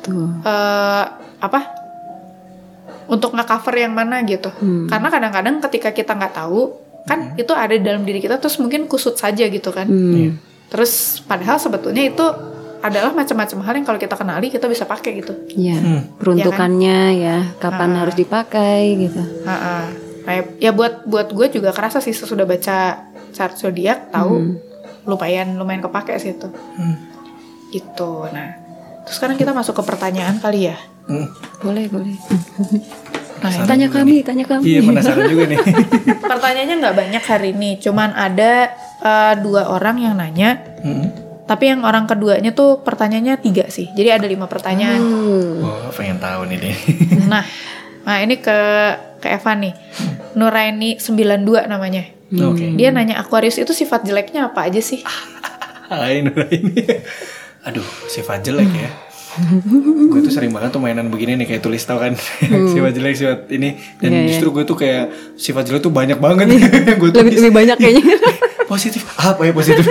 Speaker 1: untuk nge-cover yang mana gitu. Karena kadang-kadang ketika kita nggak tahu, kan itu ada di dalam diri kita terus mungkin kusut saja gitu kan. Terus padahal sebetulnya itu adalah macam-macam hal yang kalau kita kenali kita bisa pakai gitu.
Speaker 3: Peruntukannya ya, kapan harus dipakai gitu.
Speaker 1: Ya buat gue juga kerasa sih sesudah baca chart zodiak tahu lumayan kepake sih itu. Gitu. Nah, terus sekarang kita masuk ke pertanyaan kali ya.
Speaker 3: Boleh.
Speaker 1: Nah,
Speaker 3: tanya kami.
Speaker 2: Iya, penasaran juga nih.
Speaker 1: Pertanyaannya nggak banyak hari ini, cuman ada 2 orang yang nanya. Tapi yang orang keduanya tuh pertanyaannya 3 sih. Jadi ada 5 pertanyaan.
Speaker 2: Pengen tahu nih deh.
Speaker 1: Nah ini ke Evan nih. Nuraini 92 namanya.
Speaker 2: Oke.
Speaker 1: Dia nanya Aquarius itu sifat jeleknya apa aja sih?
Speaker 2: Hai Nuraini. Aduh, sifat jelek ya. Gue tuh sering banget tuh mainan begini nih, kayak tulis tau kan. Sifat jelek, sifat ini. Dan justru gue tuh kayak sifat jelek tuh banyak banget. Gue tuh
Speaker 3: lebih banyak kayaknya.
Speaker 2: Positif apa ya positif?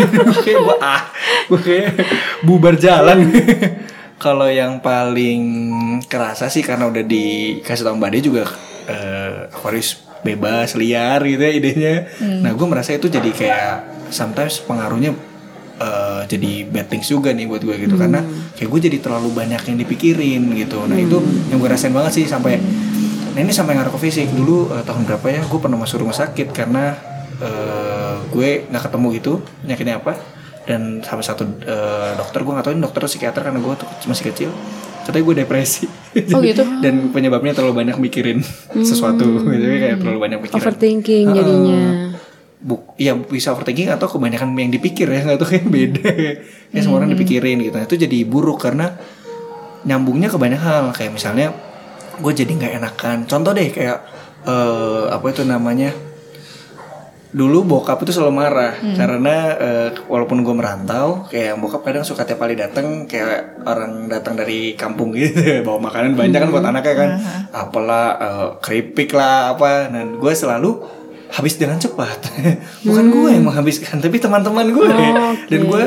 Speaker 2: Gue kayak bubar jalan. Kalau yang paling kerasa sih karena udah dikasih tau Mbak De juga, Aquarius bebas, liar gitu ya idenya. Nah gue merasa itu jadi kayak sometimes pengaruhnya jadi bad things juga nih buat gue gitu, karena kayak gue jadi terlalu banyak yang dipikirin gitu. Nah itu yang gue rasain banget sih sampai, nah ini sampai ngaruh ke fisik. Dulu tahun berapa ya gue pernah masuk rumah sakit karena gue nggak ketemu gitu penyakitnya apa, dan sama satu dokter, gue nggak tahu ini dokter atau psikiater karena gue tuh masih kecil, katanya gue depresi.
Speaker 1: Oh gitu.
Speaker 2: Dan penyebabnya terlalu banyak mikirin sesuatu gitu, kayak terlalu banyak pikiran,
Speaker 3: overthinking jadinya.
Speaker 2: Iya bisa overthinking atau kebanyakan yang dipikir ya, nggak tahu, kayak beda. Ya semua orang dipikirin gitu. Nah, itu jadi buruk karena nyambungnya ke banyak hal. Kayak misalnya gue jadi nggak enakan. Contoh deh kayak apa itu namanya, dulu bokap itu selalu marah karena walaupun gue merantau, kayak bokap kadang suka tiap kali datang kayak orang datang dari kampung gitu, bawa makanan banyak kan buat anaknya kan, apalah keripik lah apa. Dan gue selalu habis dengan cepat. Bukan gue yang menghabiskan, tapi teman-teman gue. Dan gue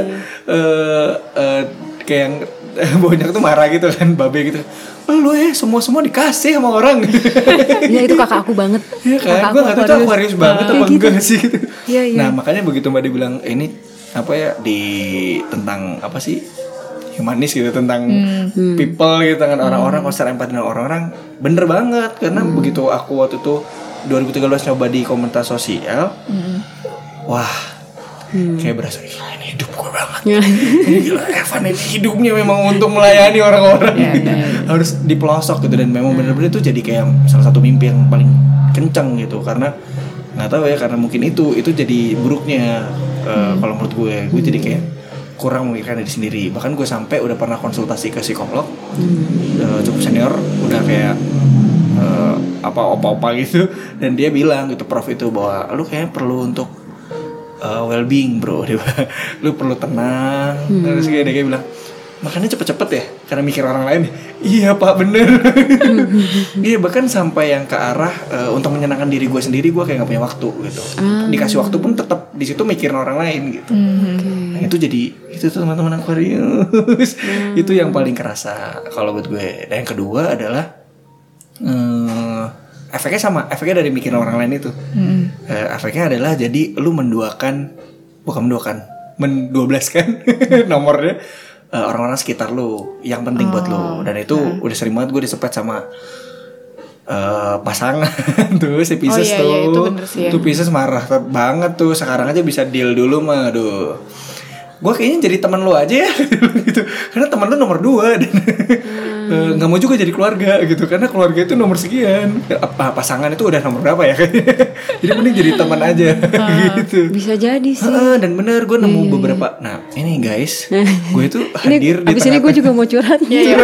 Speaker 2: kayak yang banyak tuh marah gitu kan, babe gitu. Lu semua dikasih sama orang.
Speaker 3: Ya itu kakak aku banget.
Speaker 2: Ya kan, gue gak tahu Aquarius banget apa
Speaker 3: gitu.
Speaker 2: enggak sih gitu.
Speaker 3: Ya.
Speaker 2: Nah makanya begitu Mbak dibilang ini apa ya, di tentang apa sih, humanis gitu, tentang people gitu, tentang orang-orang, konser empati dengan orang-orang, bener banget. Karena begitu aku waktu itu 2013 nyoba di komunitas sosial, wah kayak berasa gila, ini hidup gue banget. Ini gila, Evan ini hidupnya memang untuk melayani orang-orang. Harus di pelosok gitu. Dan memang bener-bener itu jadi kayak salah satu mimpi yang paling kencang gitu. Karena nggak tahu ya, karena mungkin itu jadi buruknya. Kalau menurut gue jadi kayak kurang memikirkan diri sendiri. Bahkan gue sampai udah pernah konsultasi ke psikolog, cukup senior, udah kayak apa opa-opa gitu. Dan dia bilang gitu, prof itu, bahwa lu kayaknya perlu untuk well-being bro, dia bilang, lu perlu tenang. Terus dia bilang, makanya cepet-cepet ya karena mikir orang lain. Iya pak, bener. Iya, bahkan sampai yang ke arah untuk menyenangkan diri gue sendiri, gue kayak gak punya waktu gitu. Dikasih waktu pun tetap di situ mikirin orang lain gitu. Nah itu jadi itu tuh teman-teman Aquarius. Itu yang paling kerasa kalau buat gue. Dan yang kedua adalah efeknya sama, efeknya dari mikirin orang lain itu. Efeknya adalah jadi lu menduablaskan nomornya orang-orang sekitar lu yang penting buat lu. Dan itu udah sering banget gue disepet sama pasangan tuh, si Pisces tuh. Iya, itu bener sih ya. Tuh Pisces marah banget tuh. Sekarang aja bisa deal dulu mah, aduh. Gue kayaknya jadi teman lu aja ya gitu. Karena teman lu nomor 2 dan nggak mau juga jadi keluarga gitu, karena keluarga itu nomor sekian. Pasangan itu udah nomor berapa ya? Jadi mending jadi teman aja gitu.
Speaker 3: Bisa jadi sih.
Speaker 2: Dan bener gue nemu beberapa. Nah ini guys, gue itu hadir
Speaker 3: di abis ini gue juga mau curhat.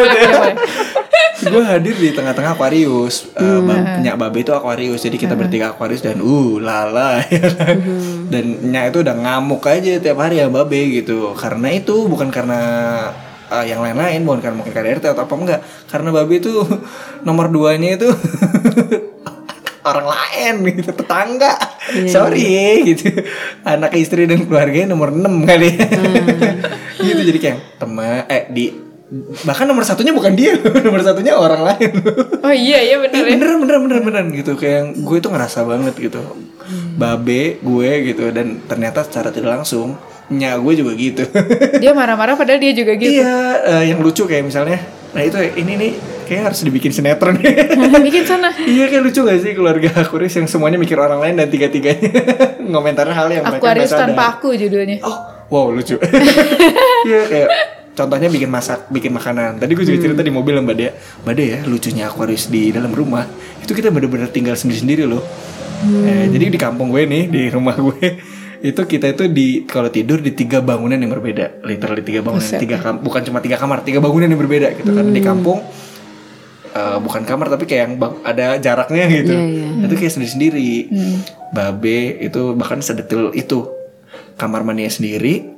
Speaker 2: Gue hadir di tengah-tengah Aquarius. Nyak Babe itu Aquarius, jadi kita bertiga Aquarius dan lala ya kan. Dan Nyak itu udah ngamuk aja tiap hari ya Babe gitu. Karena itu bukan karena yang lain-lain, bukan karena mungkin KDRT atau apa, enggak, karena Babe itu nomor 2-nya itu orang lain gitu, tetangga. Sorry gitu. Anak, istri dan keluarganya nomor 6 kali. Gitu, jadi kayak teman bahkan nomor 1-nya bukan dia, nomor 1-nya orang lain.
Speaker 1: Oh iya bener ya.
Speaker 2: Bener gitu, kayak gue itu ngerasa banget gitu. Babe gue gitu, dan ternyata secara tidak langsung Nya gue juga gitu.
Speaker 1: Dia marah-marah padahal dia juga gitu.
Speaker 2: Iya, yang lucu kayak misalnya, nah itu ini nih kayak harus dibikin sinetron.
Speaker 1: Bikin sana.
Speaker 2: Iya, kayak lucu gak sih keluarga Aquarius yang semuanya mikir orang lain dan tiga-tiganya ngomentarin hal yang mereka
Speaker 1: Aquarius tanpa aku judulnya.
Speaker 2: Oh, wow, lucu. Iya, kayak contohnya bikin makanan. Tadi gue juga cerita di mobil sama Mbak Dea ya, lucunya Aquarius di dalam rumah itu kita bener-bener tinggal sendiri-sendiri loh. Jadi di kampung gue nih, di rumah gue itu kita itu kalau tidur di 3 bangunan yang berbeda, literally 3 bangunan, bukan cuma 3 kamar, 3 bangunan yang berbeda gitu. Karena di kampung bukan kamar tapi kayak yang ada jaraknya gitu. Itu kayak sendiri-sendiri. Babe itu bahkan sedetil itu, kamar mandinya sendiri,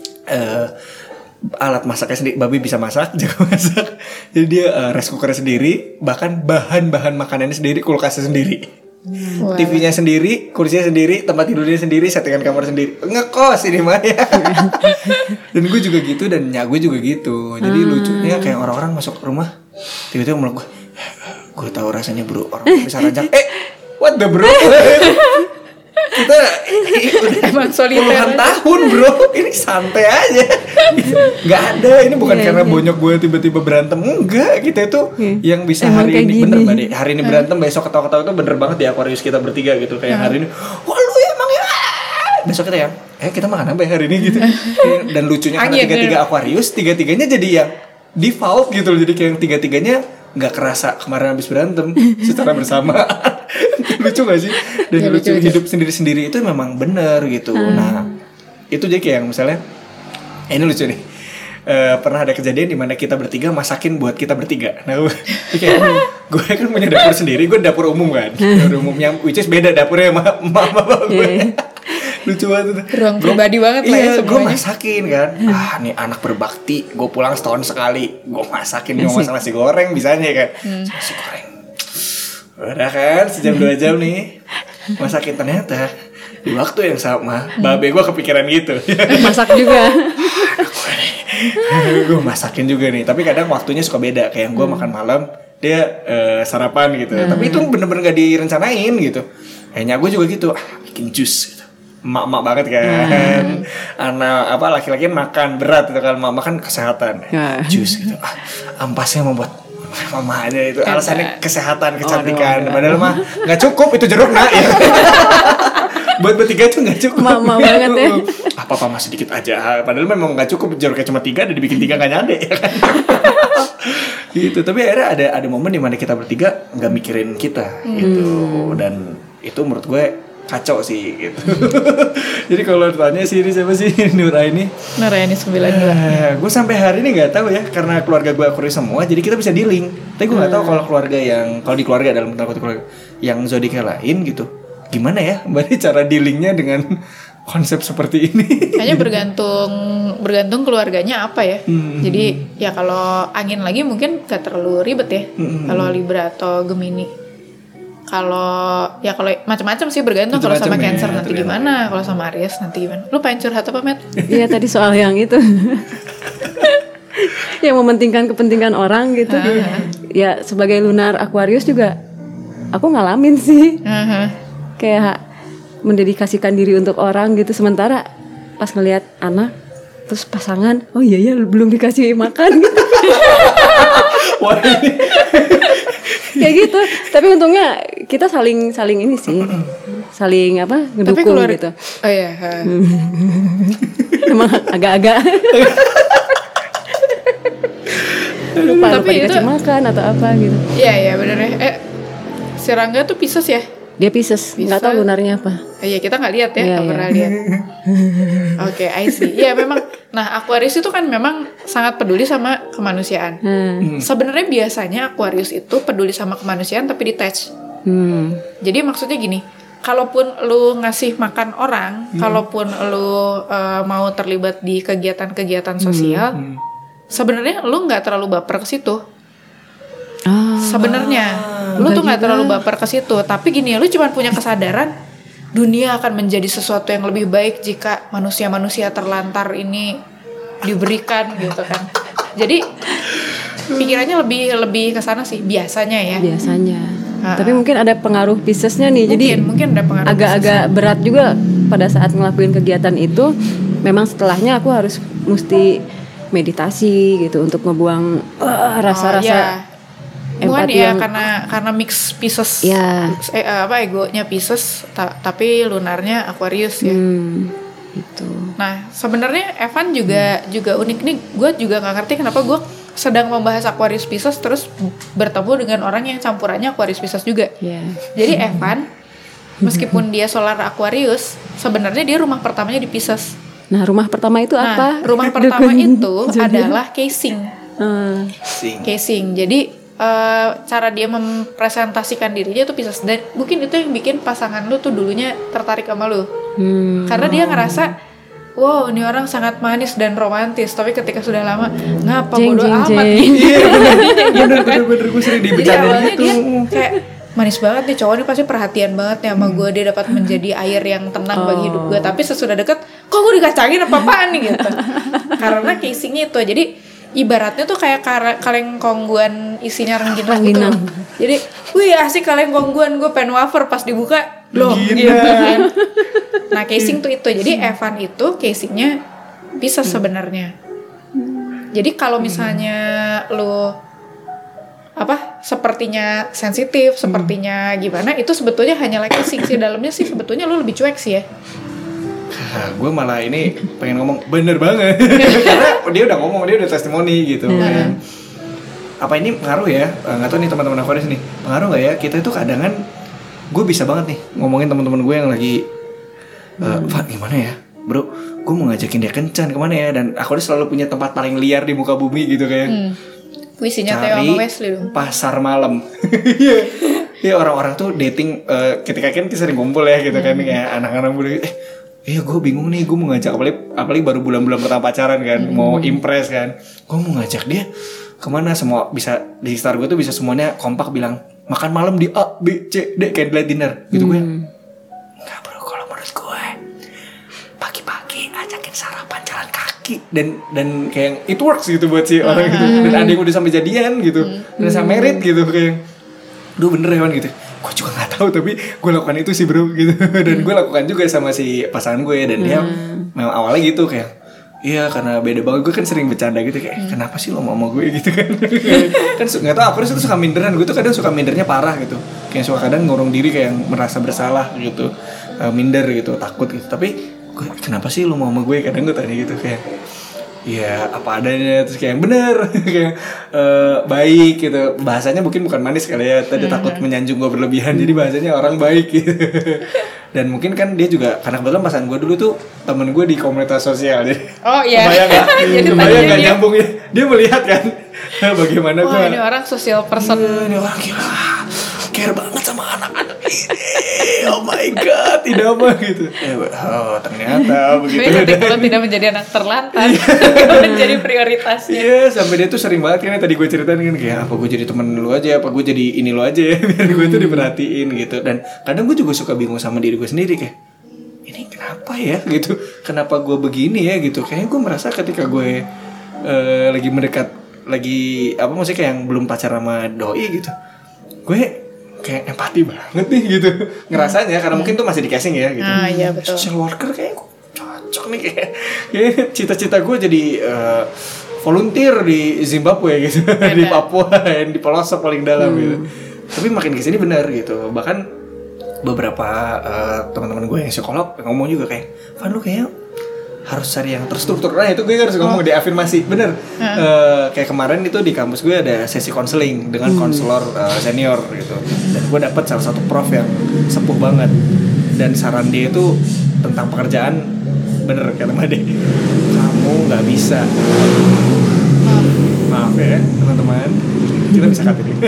Speaker 2: alat masaknya sendiri. Babe bisa masak, jago masak. Jadi dia rice cookernya sendiri, bahkan bahan-bahan makanannya sendiri, kulkasnya sendiri. TV-nya sendiri, kursinya sendiri, tempat tidurnya sendiri, settingan kamar sendiri. Ngekos ini mah ya. Dan gue juga gitu, dan nyak gue juga gitu. Jadi lucunya kayak orang-orang masuk rumah, tiba-tiba meluk gue tahu rasanya bro, orang bisa rajak. What the bro? Kita
Speaker 1: Emang soliter
Speaker 2: puluhan tahun bro, ini santai aja. Nggak ada, ini bukan karena bonyok gue tiba-tiba berantem, enggak. Kita itu yang bisa
Speaker 3: emang
Speaker 2: hari ini
Speaker 3: gini.
Speaker 2: bener Mbak De, hari ini berantem, besok ketawa-ketawa itu bener banget di Aquarius kita bertiga gitu. Kayak hari ini, wah lu emang ya. Besok kita yang, kita makan apa ya hari ini gitu. Dan lucunya karena tiga-tiga Aquarius, tiga-tiganya jadi yang default gitu loh. Jadi kayak yang tiga-tiganya nggak kerasa kemarin habis berantem secara bersama. Lucu gak sih? Dan lucu hidup sendiri-sendiri itu memang bener gitu. Nah itu jadi kayak yang misalnya ini lucu nih, pernah ada kejadian di mana kita bertiga masakin buat kita bertiga. Nah kayak gue kan punya dapur sendiri, gue dapur umum kan, dapur umum yang which is beda dapurnya sama bapak gue. Lucu banget.
Speaker 1: Ruang pribadi banget lah ya semuanya.
Speaker 2: Gue masakin kan. Nih anak berbakti. Gue pulang setahun sekali. Gue masakin. Gue masak nasi goreng bisanya kan. Nasi goreng. Udah kan sejam 2 jam nih. Masakin, ternyata di waktu yang sama babe gue kepikiran gitu.
Speaker 3: Masak juga.
Speaker 2: Gue masakin juga nih. Tapi kadang waktunya suka beda. Kayak gue makan malam, dia sarapan gitu. Tapi itu bener-bener gak direncanain gitu. Kayaknya gue juga gitu. Bikin jus gitu. Emak-emak banget kan. Anak laki-laki makan berat itu kan, emak makan kesehatan. Jus gitu. Ampasnya membuat mama aja itu alasannya kesehatan, kecantikan. Padahal mah nggak cukup itu jeruk nak ya. Buat bertiga tuh nggak cukup.
Speaker 3: Mama banget ya.
Speaker 2: Apa masih sedikit aja. Padahal memang nggak cukup, jeruknya cuma 3, dan dibikin 3 nggak nyade ya kan. Gitu. Tapi akhirnya ada momen di mana kita bertiga nggak mikirin kita gitu. Dan itu menurut gue kacau sih gitu. Jadi kalau tanya sih ini siapa sih Nuraini
Speaker 1: 92.
Speaker 2: Gue sampai hari ini nggak tahu ya, karena keluarga gue Aquarius semua, jadi kita bisa dealing. Tapi gue nggak tahu kalau keluarga yang, kalau di keluarga dalam tanda kutip keluarga yang zodiaknya lain gitu, gimana ya berarti cara dealingnya dengan konsep seperti ini.
Speaker 1: Kayaknya bergantung keluarganya apa ya. Jadi ya kalau angin lagi mungkin gak terlalu ribet ya. Kalau Libra atau Gemini. Kalau macam-macam sih, bergantung. Kalau sama Cancer nanti gimana, kalau sama Aries nanti gimana. Lu pengen curhat apa, Matt?
Speaker 3: Iya tadi soal yang itu. Yang mementingkan kepentingan orang gitu. Ya sebagai lunar Aquarius juga aku ngalamin sih. Kayak mendedikasikan diri untuk orang gitu, sementara pas ngelihat anak terus pasangan, oh iya ya belum dikasih makan gitu. Kayak gitu. Tapi untungnya kita saling ini sih, saling ngedukung gitu.
Speaker 1: Oh iya.
Speaker 3: Emang agak-agak lupa dikasih makan atau apa gitu.
Speaker 1: Iya benar ya. Si Rangga tuh Pisces ya?
Speaker 3: Dia Pisces, nggak tahu lunarnya apa.
Speaker 1: Iya kita nggak lihat ya, nggak pernah lihat. Oke, I see. Iya memang. Nah Aquarius itu kan memang sangat peduli sama kemanusiaan. Sebenarnya biasanya Aquarius itu peduli sama kemanusiaan tapi detach. Jadi maksudnya gini, kalaupun lu ngasih makan orang, kalaupun lu mau terlibat di kegiatan-kegiatan sosial, sebenarnya lu nggak terlalu baper ke situ. Sebenarnya lu tuh nggak terlalu baper ke situ, tapi gini, lu cuma punya kesadaran dunia akan menjadi sesuatu yang lebih baik jika manusia-manusia terlantar ini diberikan gitu kan. Jadi pikirannya lebih ke sana sih biasanya ya.
Speaker 3: Biasanya. Tapi mungkin ada pengaruh Piscesnya nih.
Speaker 1: Mungkin ada pengaruh.
Speaker 3: Agak-agak berat juga pada saat ngelakuin kegiatan itu. Memang setelahnya aku harus mesti meditasi gitu untuk ngebuang rasa-rasa empati
Speaker 1: ya, karena mix Pisces. Egonya Pisces tapi lunarnya Aquarius ya.
Speaker 3: Gitu.
Speaker 1: Nah, sebenarnya Evan juga unik nih. Gue juga nggak ngerti kenapa gue sedang membahas Aquarius Pisces terus bertemu dengan orang yang campurannya Aquarius Pisces juga. Jadi Evan meskipun dia solar Aquarius, sebenarnya dia rumah pertamanya di Pisces.
Speaker 3: Nah, rumah pertama itu apa?
Speaker 1: Rumah pertama itu adalah casing. Casing. Jadi cara dia mempresentasikan dirinya tuh Pisces, dan mungkin itu yang bikin pasangan lu tuh dulunya tertarik sama lu. Karena dia ngerasa wow, ini orang sangat manis dan romantis, tapi ketika sudah lama ngapa bodo amat.
Speaker 2: Iya bener gue sering
Speaker 1: Jadi
Speaker 2: dibicarain
Speaker 1: awalnya
Speaker 2: gitu.
Speaker 1: dia kayak manis banget nih cowok, ini pasti perhatian banget nih sama gue, dia dapat menjadi air yang tenang bagi hidup gue. Tapi sesudah deket, kok gue dikacangin apa-apaan nih gitu. Karena casingnya itu, jadi ibaratnya tuh kayak kaleng kongguan isinya rengginang gitu. Jadi, wih asik kaleng kongguan, gue pengen wafer, pas dibuka loh gitu kan. Nah casing tuh itu, jadi Evan itu casingnya bisa sebenarnya. Jadi kalau misalnya lu sepertinya sensitif, sepertinya gimana, itu sebetulnya hanyalah casing sih. Dalamnya sih sebetulnya lu lebih cuek sih ya.
Speaker 2: Gue malah ini pengen ngomong bener banget karena dia udah ngomong, dia udah testimoni gitu. Apa ini pengaruh ya? Nggak tahu nih teman-teman aku di sini pengaruh nggak ya? Kita itu kadangan gue bisa banget nih ngomongin teman-teman gue yang lagi Pak gimana ya bro, gue mau ngajakin dia kencan kemana ya, dan aku selalu punya tempat paling liar di muka bumi gitu kayak
Speaker 1: puisinya Theo sama Wesley dong.
Speaker 2: Pasar malam. Iya orang-orang tuh dating ketika kan kita sering kumpul ya gitu kan, kayak anak-anak muda iya gue bingung nih, gue mau ngajak apalagi baru bulan-bulan pertama pacaran kan, mau impress kan, gue mau ngajak dia kemana, semua bisa di sekitar gue tuh bisa semuanya kompak bilang makan malam di A, B, C, D, candlelight dinner gitu. Gue enggak bro, kalau menurut gue pagi-pagi ajakin sarapan jalan kaki dan kayak it works gitu buat si orang gitu, dan ada yang udah sampai jadian gitu, udah sampai merit gitu kayak duh bener ya kan gitu. Gue juga nggak tahu tapi gue lakukan itu sih bro gitu. Dan gue lakukan juga sama si pasangan gue, dan dia memang awalnya gitu kayak iya karena beda banget. Gue kan sering bercanda gitu kayak kenapa sih lo mau sama gue gitu kan. Kan nggak tahu aku tuh suka minderan. Gue tuh kadang suka mindernya parah gitu, kayak suka kadang ngurung diri kayak merasa bersalah gitu, minder gitu, takut gitu. Tapi gue, kenapa sih lo mau sama gue, kadang gue tanya gitu kayak ya apa adanya, terus kayak bener kayak baik gitu, bahasanya mungkin bukan manis kali ya, tadi takut menyanjung gue berlebihan, jadi bahasanya orang baik gitu. Dan mungkin kan dia juga karena kebetulan pasangan gue dulu tuh temen gue di komunitas sosial, jadi kebayang nggak? Kebayang nggak nyambung ya? Dia melihat kan bagaimana gue.
Speaker 1: Ini orang social person.
Speaker 2: Ini orang gila, care banget sama anak-anak ini. Oh my god, tidak apa gitu. Oh ternyata begitu.
Speaker 1: Kalau tidak menjadi anak terlantar, menjadi prioritasnya.
Speaker 2: Iya, sampai dia tuh sering banget kan tadi gue ceritain kan kayak apa gue jadi temen lu aja, apa gue jadi ini lu aja ya, biar gue tuh diperhatiin gitu. Dan kadang gue juga suka bingung sama diri gue sendiri kayak ini kenapa ya gitu, kenapa gue begini ya gitu. Kayaknya gue merasa ketika gue lagi mendekat, lagi apa maksudnya kayak yang belum pacar sama doi gitu, gue kayak empati banget nih gitu ngerasanya, karena mungkin tuh masih di casing ya gitu.
Speaker 1: Iya betul.
Speaker 2: Social worker kayak gue cocok nih kayak cita-cita gue jadi volunteer di Zimbabwe gitu, di Papua yang di pelosok paling dalam gitu. Tapi makin kesini benar gitu, bahkan beberapa teman-teman gue yang psikolog ngomong juga kayak Van lu kayaknya harus cari yang terstruktur. Nah itu gue harus ngomong di afirmasi bener. Kayak kemarin itu di kampus gue ada sesi konseling dengan konselor senior gitu, dan gue dapet salah satu prof yang sepuh banget, dan saran dia itu tentang pekerjaan bener kata Made, kamu nggak bisa maaf ya teman-teman, kita bisa cut ini.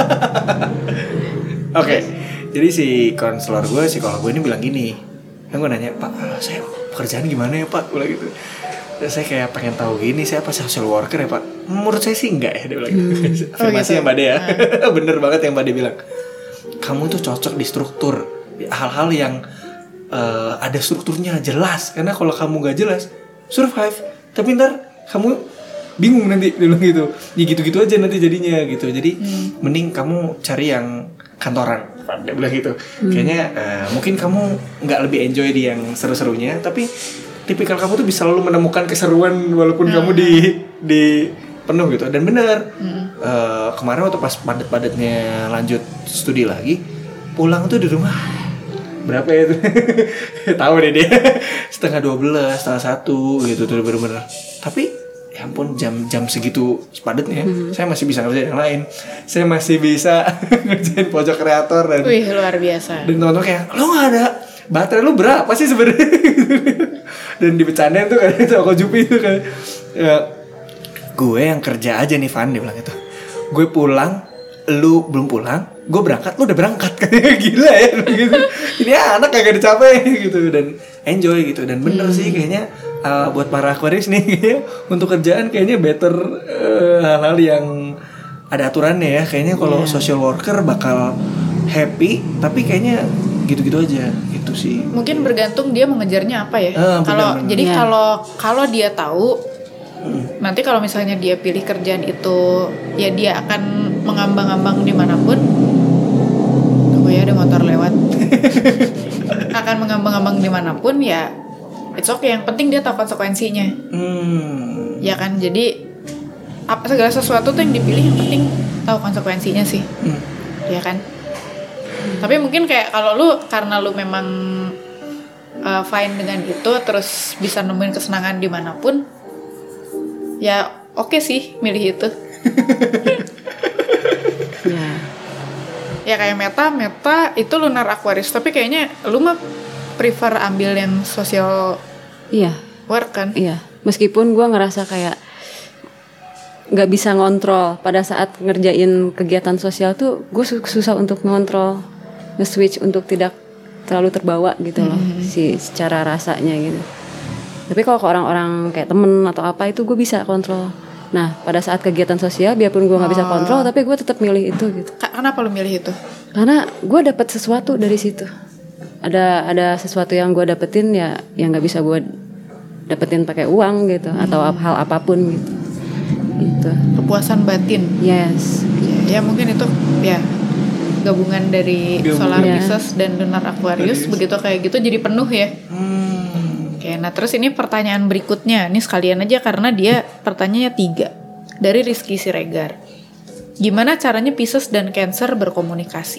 Speaker 2: Oke, jadi si konselor gue, psikolog gue ini bilang gini, kan gue nanya Pak, saya pekerjaan gimana ya Pak, gue gitu. Saya kayak pengen tahu gini, saya apa social worker ya Pak? Menurut saya sih enggak ya, dia bilang gitu. Afirmasi yang Mbak De ya. Bener banget yang Mbak De bilang. Kamu tuh cocok di struktur, hal-hal yang ada strukturnya jelas. Karena kalau kamu gak jelas, survive. Tapi ntar kamu bingung nanti, dia bilang gitu. Ya gitu-gitu aja nanti jadinya gitu. Jadi mending kamu cari yang kantoran, dia bilang gitu. Kayaknya mungkin kamu nggak lebih enjoy di yang seru-serunya, tapi tipikal kamu tuh bisa selalu menemukan keseruan walaupun kamu di penuh gitu. Dan benar kemarin waktu pas padat-padatnya lanjut studi lagi, pulang tuh di rumah berapa ya itu tahu deh dia 11:30, 11:30 gitu tuh bener-bener. Tapi ya ampun, jam segitu padatnya saya masih bisa ngerjain yang lain, saya masih bisa ngerjain pojok kreator dan
Speaker 1: wih luar biasa. Dan
Speaker 2: teman-teman kayak lo nggak ada baterai lu berapa sih sebenarnya dan dibecandain tuh kayak itu aku Jupi itu kayak ya, gue yang kerja aja nih Van, dia bilang gitu. Gue pulang lu belum pulang, gue berangkat, lu udah berangkat. Kayak gila ya gitu. Ini anak kagak dicapai gitu, dan enjoy gitu. Dan bener sih kayaknya buat para Aquarius nih kayaknya, untuk kerjaan kayaknya better hal-hal yang ada aturannya ya. Kayaknya kalau social worker bakal happy, tapi kayaknya gitu-gitu aja gitu sih.
Speaker 1: Mungkin bergantung dia mengejarnya apa ya. Kalau jadi kalau dia tahu nanti kalau misalnya dia pilih kerjaan itu, ya dia akan mengambang-ambang dimanapun. Tunggu ya, ada motor lewat. Akan mengambang-ambang dimanapun ya, it's okay. Yang penting dia tahu konsekuensinya. Ya kan, jadi segala sesuatu tuh yang dipilih yang penting tahu konsekuensinya sih. Ya kan. Tapi mungkin kayak kalau lu, karena lu memang fine dengan itu, terus bisa nemuin kesenangan dimanapun, ya oke sih milih itu. Ya kayak Meta itu lunar Aquarius, tapi kayaknya lu mah prefer ambil yang social work kan?
Speaker 3: Iya, meskipun gue ngerasa kayak nggak bisa ngontrol pada saat ngerjain kegiatan sosial tuh, gue susah untuk ngontrol, nge-switch untuk tidak terlalu terbawa gitu loh, secara rasanya gitu. Tapi kalau ke orang-orang kayak temen atau apa itu gue bisa kontrol. Nah pada saat kegiatan sosial biarpun gue nggak bisa kontrol, tapi gue tetap milih itu gitu.
Speaker 1: Kenapa lu milih itu?
Speaker 3: Karena gue dapat sesuatu dari situ. Ada sesuatu yang gue dapetin ya, yang nggak bisa gue dapetin pakai uang gitu, atau hal apapun gitu. Gitu.
Speaker 1: Kepuasan batin.
Speaker 3: Yes.
Speaker 1: Ya mungkin itu ya gabungan dari Solar Pisces dan Lunar Aquarius. Begitu kayak gitu jadi penuh ya. Oke, nah terus ini pertanyaan berikutnya. Ini sekalian aja karena dia pertanyaannya 3. Dari Rizky Siregar. Gimana caranya Pisces dan Cancer berkomunikasi?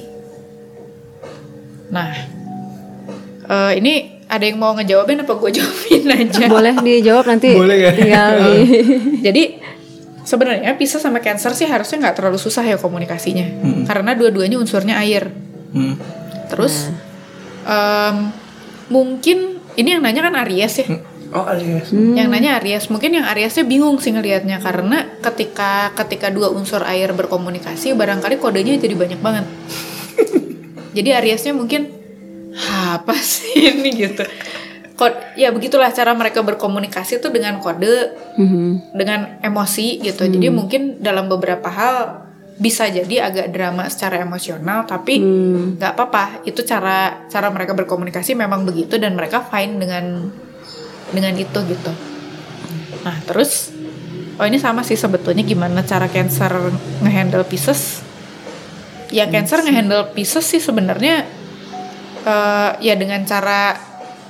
Speaker 1: Nah, ini ada yang mau ngejawabin apa gue jawabin aja?
Speaker 3: Boleh dijawab nanti.
Speaker 2: Boleh ya?
Speaker 3: Tinggal
Speaker 1: Jadi sebenarnya Pisces sama Cancer sih harusnya nggak terlalu susah ya komunikasinya. Karena dua-duanya unsurnya air. Terus mungkin ini yang nanya kan Aries ya.
Speaker 2: Oh Aries.
Speaker 1: Yang nanya Aries. Mungkin yang Ariesnya bingung sih ngelihatnya, karena ketika dua unsur air berkomunikasi barangkali kodenya jadi banyak banget. Jadi Ariesnya mungkin apa sih ini gitu. Ya begitulah cara mereka berkomunikasi tuh dengan kode, dengan emosi gitu. Jadi mungkin dalam beberapa hal bisa jadi agak drama secara emosional, tapi nggak apa-apa. Itu cara mereka berkomunikasi memang begitu, dan mereka fine dengan itu gitu. Nah terus, ini sama sih sebetulnya gimana cara Cancer ngehandle Pisces. Ya Cancer ngehandle Pisces sih sebenarnya ya dengan cara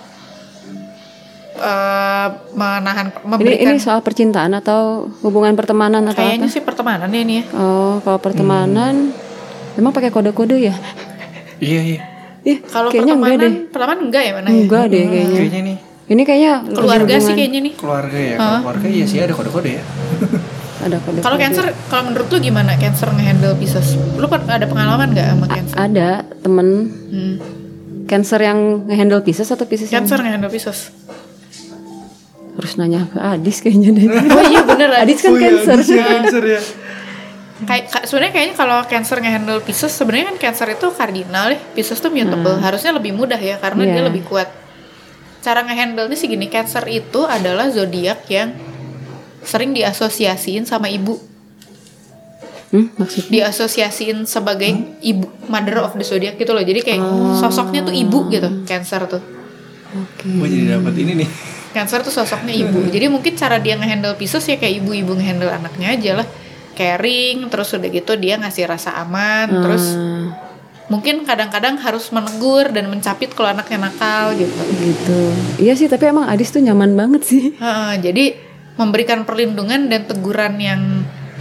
Speaker 1: memberikan.
Speaker 3: Ini soal percintaan atau hubungan pertemanan atau
Speaker 1: kayaknya
Speaker 3: apa?
Speaker 1: Sih pertemanan ya ini ya.
Speaker 3: Oh, kalau pertemanan emang pakai kode-kode ya?
Speaker 2: Iya.
Speaker 1: Kalau
Speaker 3: pertemanan
Speaker 1: enggak ya mana ya?
Speaker 3: Enggak deh kayaknya.
Speaker 2: Kayaknya nih.
Speaker 3: Ini kayaknya
Speaker 1: keluarga sih kayaknya nih.
Speaker 2: Keluarga ya. Kalau keluarga iya sih ada kode-kode ya.
Speaker 3: Ada kode.
Speaker 1: Kalau Cancer, kalau menurut lu gimana Cancer ngehandle Pisces? Lu ada pengalaman nggak sama Cancer?
Speaker 3: Ada temen Cancer yang ngehandle Pisces atau Pisces?
Speaker 1: Cancer ngehandle Pisces.
Speaker 3: Harus nanya ke Adis kayaknya deh.
Speaker 1: Oh iya bener,
Speaker 3: Adis kan Cancer.
Speaker 2: Cancer ya.
Speaker 1: Sebenarnya kayaknya kalau Cancer ngehandle Pisces, sebenarnya kan Cancer itu kardinal ya, Pisces tuh mutable. Harusnya lebih mudah ya karena dia lebih kuat. Cara ngehandle-nya sih gini, Cancer itu adalah zodiak yang sering diasosiasiin sama ibu.
Speaker 3: Maksudnya?
Speaker 1: Diasosiasiin sebagai ibu, mother of the zodiac gitu loh. Jadi kayak sosoknya tuh ibu gitu, Cancer tuh.
Speaker 3: Oke.
Speaker 2: Gue jadi dapat ini nih.
Speaker 1: Cancer tuh sosoknya ibu. Jadi mungkin cara dia ngehandle Pisces ya kayak ibu-ibu ngehandle anaknya aja lah. Caring, terus udah gitu dia ngasih rasa aman, terus mungkin kadang-kadang harus menegur dan mencapit kalau anaknya nakal gitu.
Speaker 3: Gitu. Iya sih, tapi emang Adis tuh nyaman banget sih.
Speaker 1: Jadi memberikan perlindungan dan teguran yang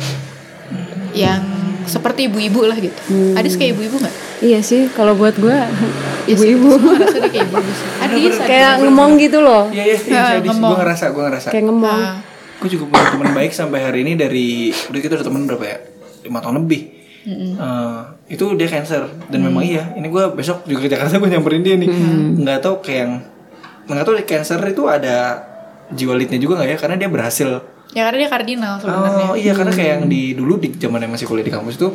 Speaker 1: seperti ibu-ibu lah gitu. Adis kayak ibu-ibu nggak?
Speaker 3: Iya sih, kalau buat gue ibu-ibu.
Speaker 1: Rasa dia kayak ibu-ibu sih. Adis
Speaker 3: kayak ngemong gitu loh.
Speaker 2: Iya. Gue ngerasa.
Speaker 3: Kayak ngemong.
Speaker 2: Gue juga punya teman baik sampai hari ini udah kita udah temen berapa ya? 5 tahun lebih. Itu dia Cancer dan memang iya. Ini gue besok juga ke Jakarta gue nyamperin dia nih. Nggak tahu di Cancer itu ada jiwa leadnya juga nggak ya? Karena dia berhasil.
Speaker 1: Ya karena dia kardinal sebenarnya.
Speaker 2: Oh iya, karena kayak yang dulu di zaman yang masih kuliah di kampus itu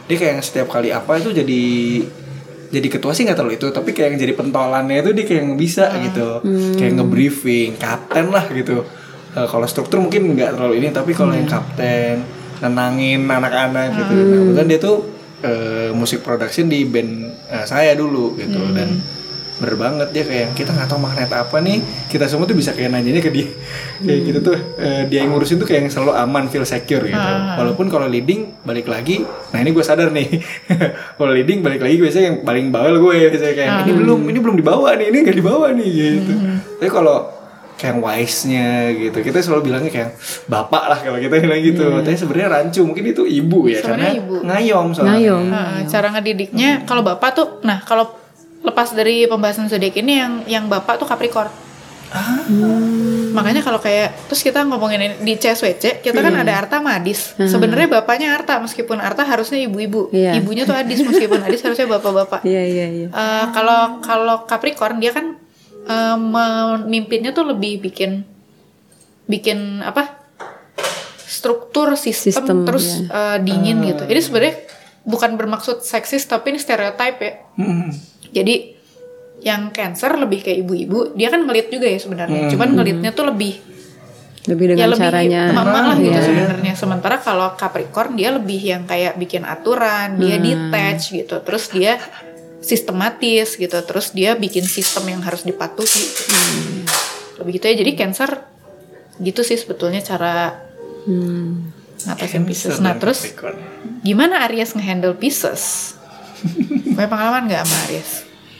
Speaker 2: dia kayak yang setiap kali apa itu jadi ketua sih nggak terlalu itu, tapi kayak yang jadi pentolannya itu dia kayak yang bisa gitu, kayak nge-briefing, kapten lah gitu. Kalau struktur mungkin nggak terlalu ini, tapi kalau yang kapten nenangin anak-anak gitu. Nah, kebetulan dia tuh musik production di band saya dulu gitu, dan bener banget dia kayak kita nggak tahu magnet apa nih, kita semua tuh bisa kayak nanyanya ke dia kayak gitu tuh, dia yang ngurusin tuh kayak yang selalu aman, feel secure gitu. Walaupun kalau leading balik lagi, nah ini gue sadar nih kalau leading balik lagi biasanya yang paling bawel gue biasanya kayak ini belum dibawa nih, ini nggak dibawa nih gitu. Tapi kalau kayak wise-nya gitu, kita selalu bilangnya kayak bapak lah kalau kita bilang gitu. Tapi sebenarnya rancu, mungkin itu ibu ya,
Speaker 1: sebenarnya
Speaker 2: karena
Speaker 1: ibu.
Speaker 2: ngayom soalnya.
Speaker 1: Cara ngedidiknya kalau bapak tuh, nah kalau lepas dari pembahasan zodiak ini, yang bapak tuh Capricorn. Makanya kalau kayak terus kita ngomongin ini di CSWC, kita kan ada Arta sama Adis. Sebenarnya bapaknya Arta, meskipun Arta harusnya ibu-ibu. Ibunya tuh Adis, meskipun Adis harusnya bapak-bapak. Kalau Capricorn dia kan memimpinnya tuh lebih bikin apa? Struktur sistem terus dingin gitu. Ini sebenarnya bukan bermaksud seksis, tapi ini stereotip ya. Jadi yang Cancer lebih kayak ibu-ibu, dia kan ngelit juga ya sebenarnya. Cuman ngelitnya tuh lebih
Speaker 3: dengan caranya
Speaker 1: mama lah gitu sebenarnya. Sementara kalau Capricorn dia lebih yang kayak bikin aturan, dia detach gitu. Terus dia sistematis gitu. Terus dia bikin sistem yang harus dipatuhi. Lebih gitu ya. Jadi Cancer gitu sih sebetulnya cara ngatasin Pisces. Nah terus gimana Aries ngehandle Pisces? Punya pengalaman nggak sama Aries?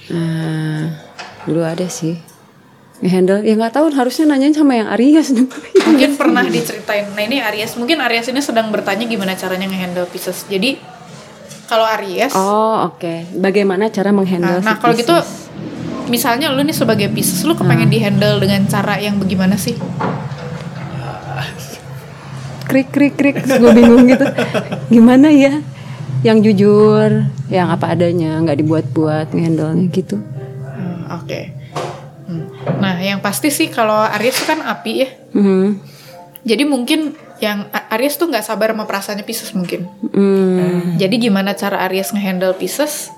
Speaker 3: Dulu ada sih ngehandle, ya nggak tahu, harusnya nanyain sama yang Aries.
Speaker 1: Mungkin pernah diceritain. Nah ini Aries, mungkin Aries ini sedang bertanya gimana caranya ngehandle Pisces. Jadi kalau Aries,
Speaker 3: bagaimana cara menghandle?
Speaker 1: Nah kalau gitu, misalnya lu nih sebagai Pisces, lu kepengen dihandle dengan cara yang bagaimana sih?
Speaker 3: Krik, gue bingung gitu. Gimana ya? Yang jujur, yang apa adanya, nggak dibuat-buat ngehandle-nya gitu.
Speaker 1: Oke. Nah, yang pasti sih kalau Aries itu kan api ya. Jadi mungkin yang Aries tuh nggak sabar sama perasaannya Pisces mungkin. Jadi gimana cara Aries ngehandle Pisces?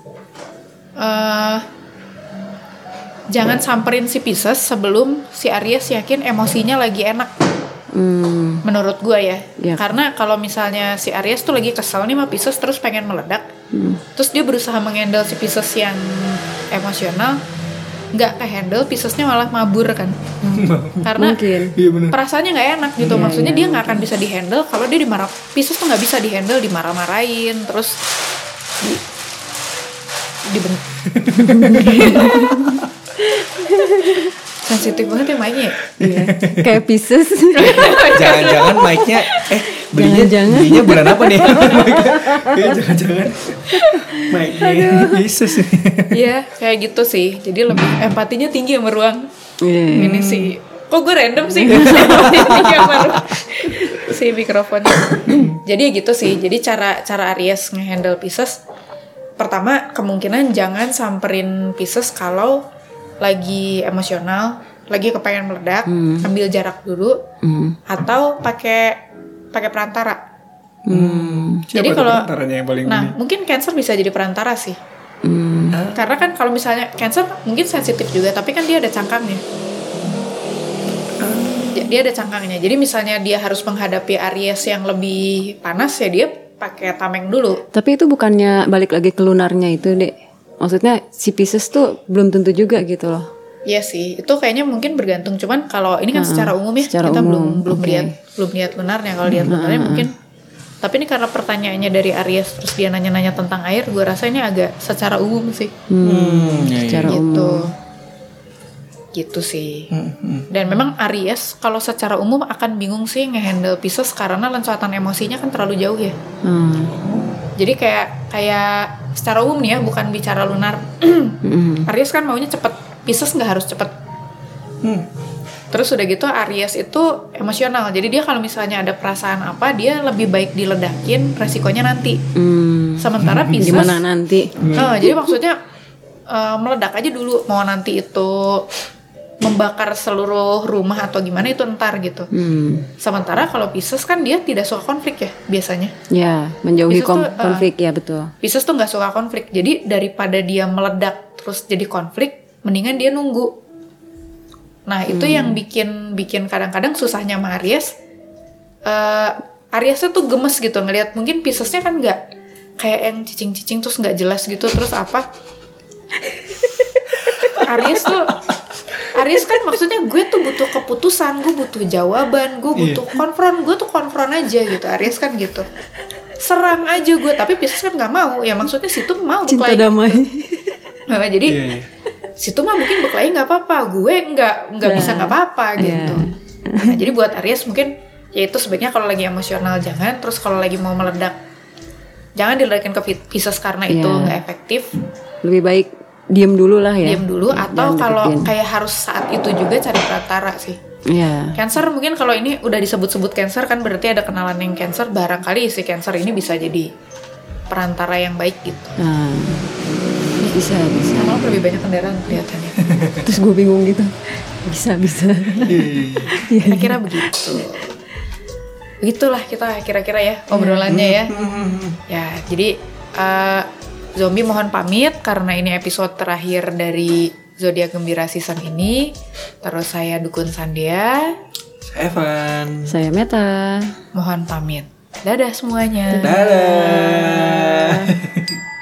Speaker 1: Jangan samperin si Pisces sebelum si Aries yakin emosinya lagi enak. Menurut gue ya. Karena kalau misalnya si Aries tuh lagi kesel nih sama Pisces terus pengen meledak, terus dia berusaha menghandle si Pisces yang emosional, nggak kehandle, Piscesnya malah mabur kan. Karena perasaannya nggak enak gitu. Maksudnya dia nggak akan bisa dihandle kalau dia dimarah. Pisces tuh nggak bisa dihandle, dimarah-marahin terus sensitif banget ya mic-nya.
Speaker 3: Kayak Pisces.
Speaker 2: Jangan-jangan mic-nya belinya bulan apa nih? Jangan-jangan mic-nya Pisces.
Speaker 1: Iya, kayak gitu sih. Jadi lebih empatinya tinggi sama ruang. Ini sih. Kok gue random sih? Si mikrofonnya. Jadi ya gitu sih. Jadi cara Aries ngehandle Pisces, pertama kemungkinan jangan samperin Pisces kalau lagi emosional, lagi kepengen meledak, ambil jarak dulu, atau pakai perantara. Jadi kalau mungkin Cancer bisa jadi perantara sih. Karena kan kalau misalnya Cancer mungkin sensitif juga, tapi kan dia ada cangkangnya. Dia ada cangkangnya. Jadi misalnya dia harus menghadapi Aries yang lebih panas, ya dia pakai tameng dulu.
Speaker 3: Tapi itu bukannya balik lagi ke lunarnya itu, Dek? Maksudnya si Pisces tuh belum tentu juga gitu loh.
Speaker 1: Iya sih, itu kayaknya mungkin bergantung. Cuman kalau ini kan secara umum ya, kita belum lihat lunarnya. Kalau lihat lunarnya mungkin. Tapi ini karena pertanyaannya dari Aries terus dia nanya-nanya tentang air, gue rasa ini agak secara umum sih.
Speaker 3: Secara umum.
Speaker 1: Gitu sih. Dan memang Aries kalau secara umum akan bingung sih ngehandle Pisces karena loncatan emosinya kan terlalu jauh ya. Jadi kayak secara umum nih ya, bukan bicara lunar. Aries kan maunya cepet, Pisces nggak harus cepet. Terus udah gitu Aries itu emosional. Jadi dia kalau misalnya ada perasaan apa, dia lebih baik diledakin, resikonya nanti. Sementara Pisces
Speaker 3: gimana nanti?
Speaker 1: Jadi maksudnya meledak aja dulu. Mau nanti itu membakar seluruh rumah atau gimana itu ntar gitu. Sementara kalau Pisces kan dia tidak suka konflik ya biasanya.
Speaker 3: Ya, menjauhi
Speaker 1: Pisces tuh,
Speaker 3: konflik ya betul.
Speaker 1: Pisces tuh nggak suka konflik. Jadi daripada dia meledak terus jadi konflik, mendingan dia nunggu. Nah itu yang bikin kadang-kadang susahnya sama Aries. Ariesnya tuh gemes gitu ngelihat, mungkin Piscesnya kan nggak kayak yang cicing-cicing terus nggak jelas gitu, terus apa? Aries kan maksudnya gue tuh butuh keputusan, gue butuh jawaban, gue butuh konfront, gue tuh konfront aja gitu. Aries kan gitu, serang aja gue. Tapi Pisces kan nggak mau, ya maksudnya situ mau
Speaker 3: cinta
Speaker 1: berkelahi
Speaker 3: damai.
Speaker 1: Nah, jadi situ mah mungkin berkelahi nggak apa-apa, gue nggak bisa nggak apa-apa gitu. Nah, jadi buat Aries mungkin ya itu sebaiknya kalau lagi emosional jangan, terus kalau lagi mau meledak jangan diledakin ke Pisces karena itu nggak efektif.
Speaker 3: Lebih baik diam dulu lah ya.
Speaker 1: Diam dulu, atau kalau kayak harus saat itu juga cari perantara sih.
Speaker 3: Iya.
Speaker 1: Cancer mungkin kalau ini udah disebut-sebut Cancer kan berarti ada kenalan yang Cancer, barangkali si Cancer ini bisa jadi perantara yang baik gitu.
Speaker 3: Bisa.
Speaker 1: Malah lebih banyak kendaraan kelihatannya.
Speaker 3: Terus gue bingung gitu. Bisa.
Speaker 1: Kira-kira begitu. Begitulah kita kira-kira ya obrolannya ya. Ya, jadi Zombie mohon pamit karena ini episode terakhir dari Zodiak Gembira season ini. Terus saya Dukun Sandea,
Speaker 2: saya Evan,
Speaker 3: saya Meta.
Speaker 1: Mohon pamit. Dadah semuanya.
Speaker 2: Dadah.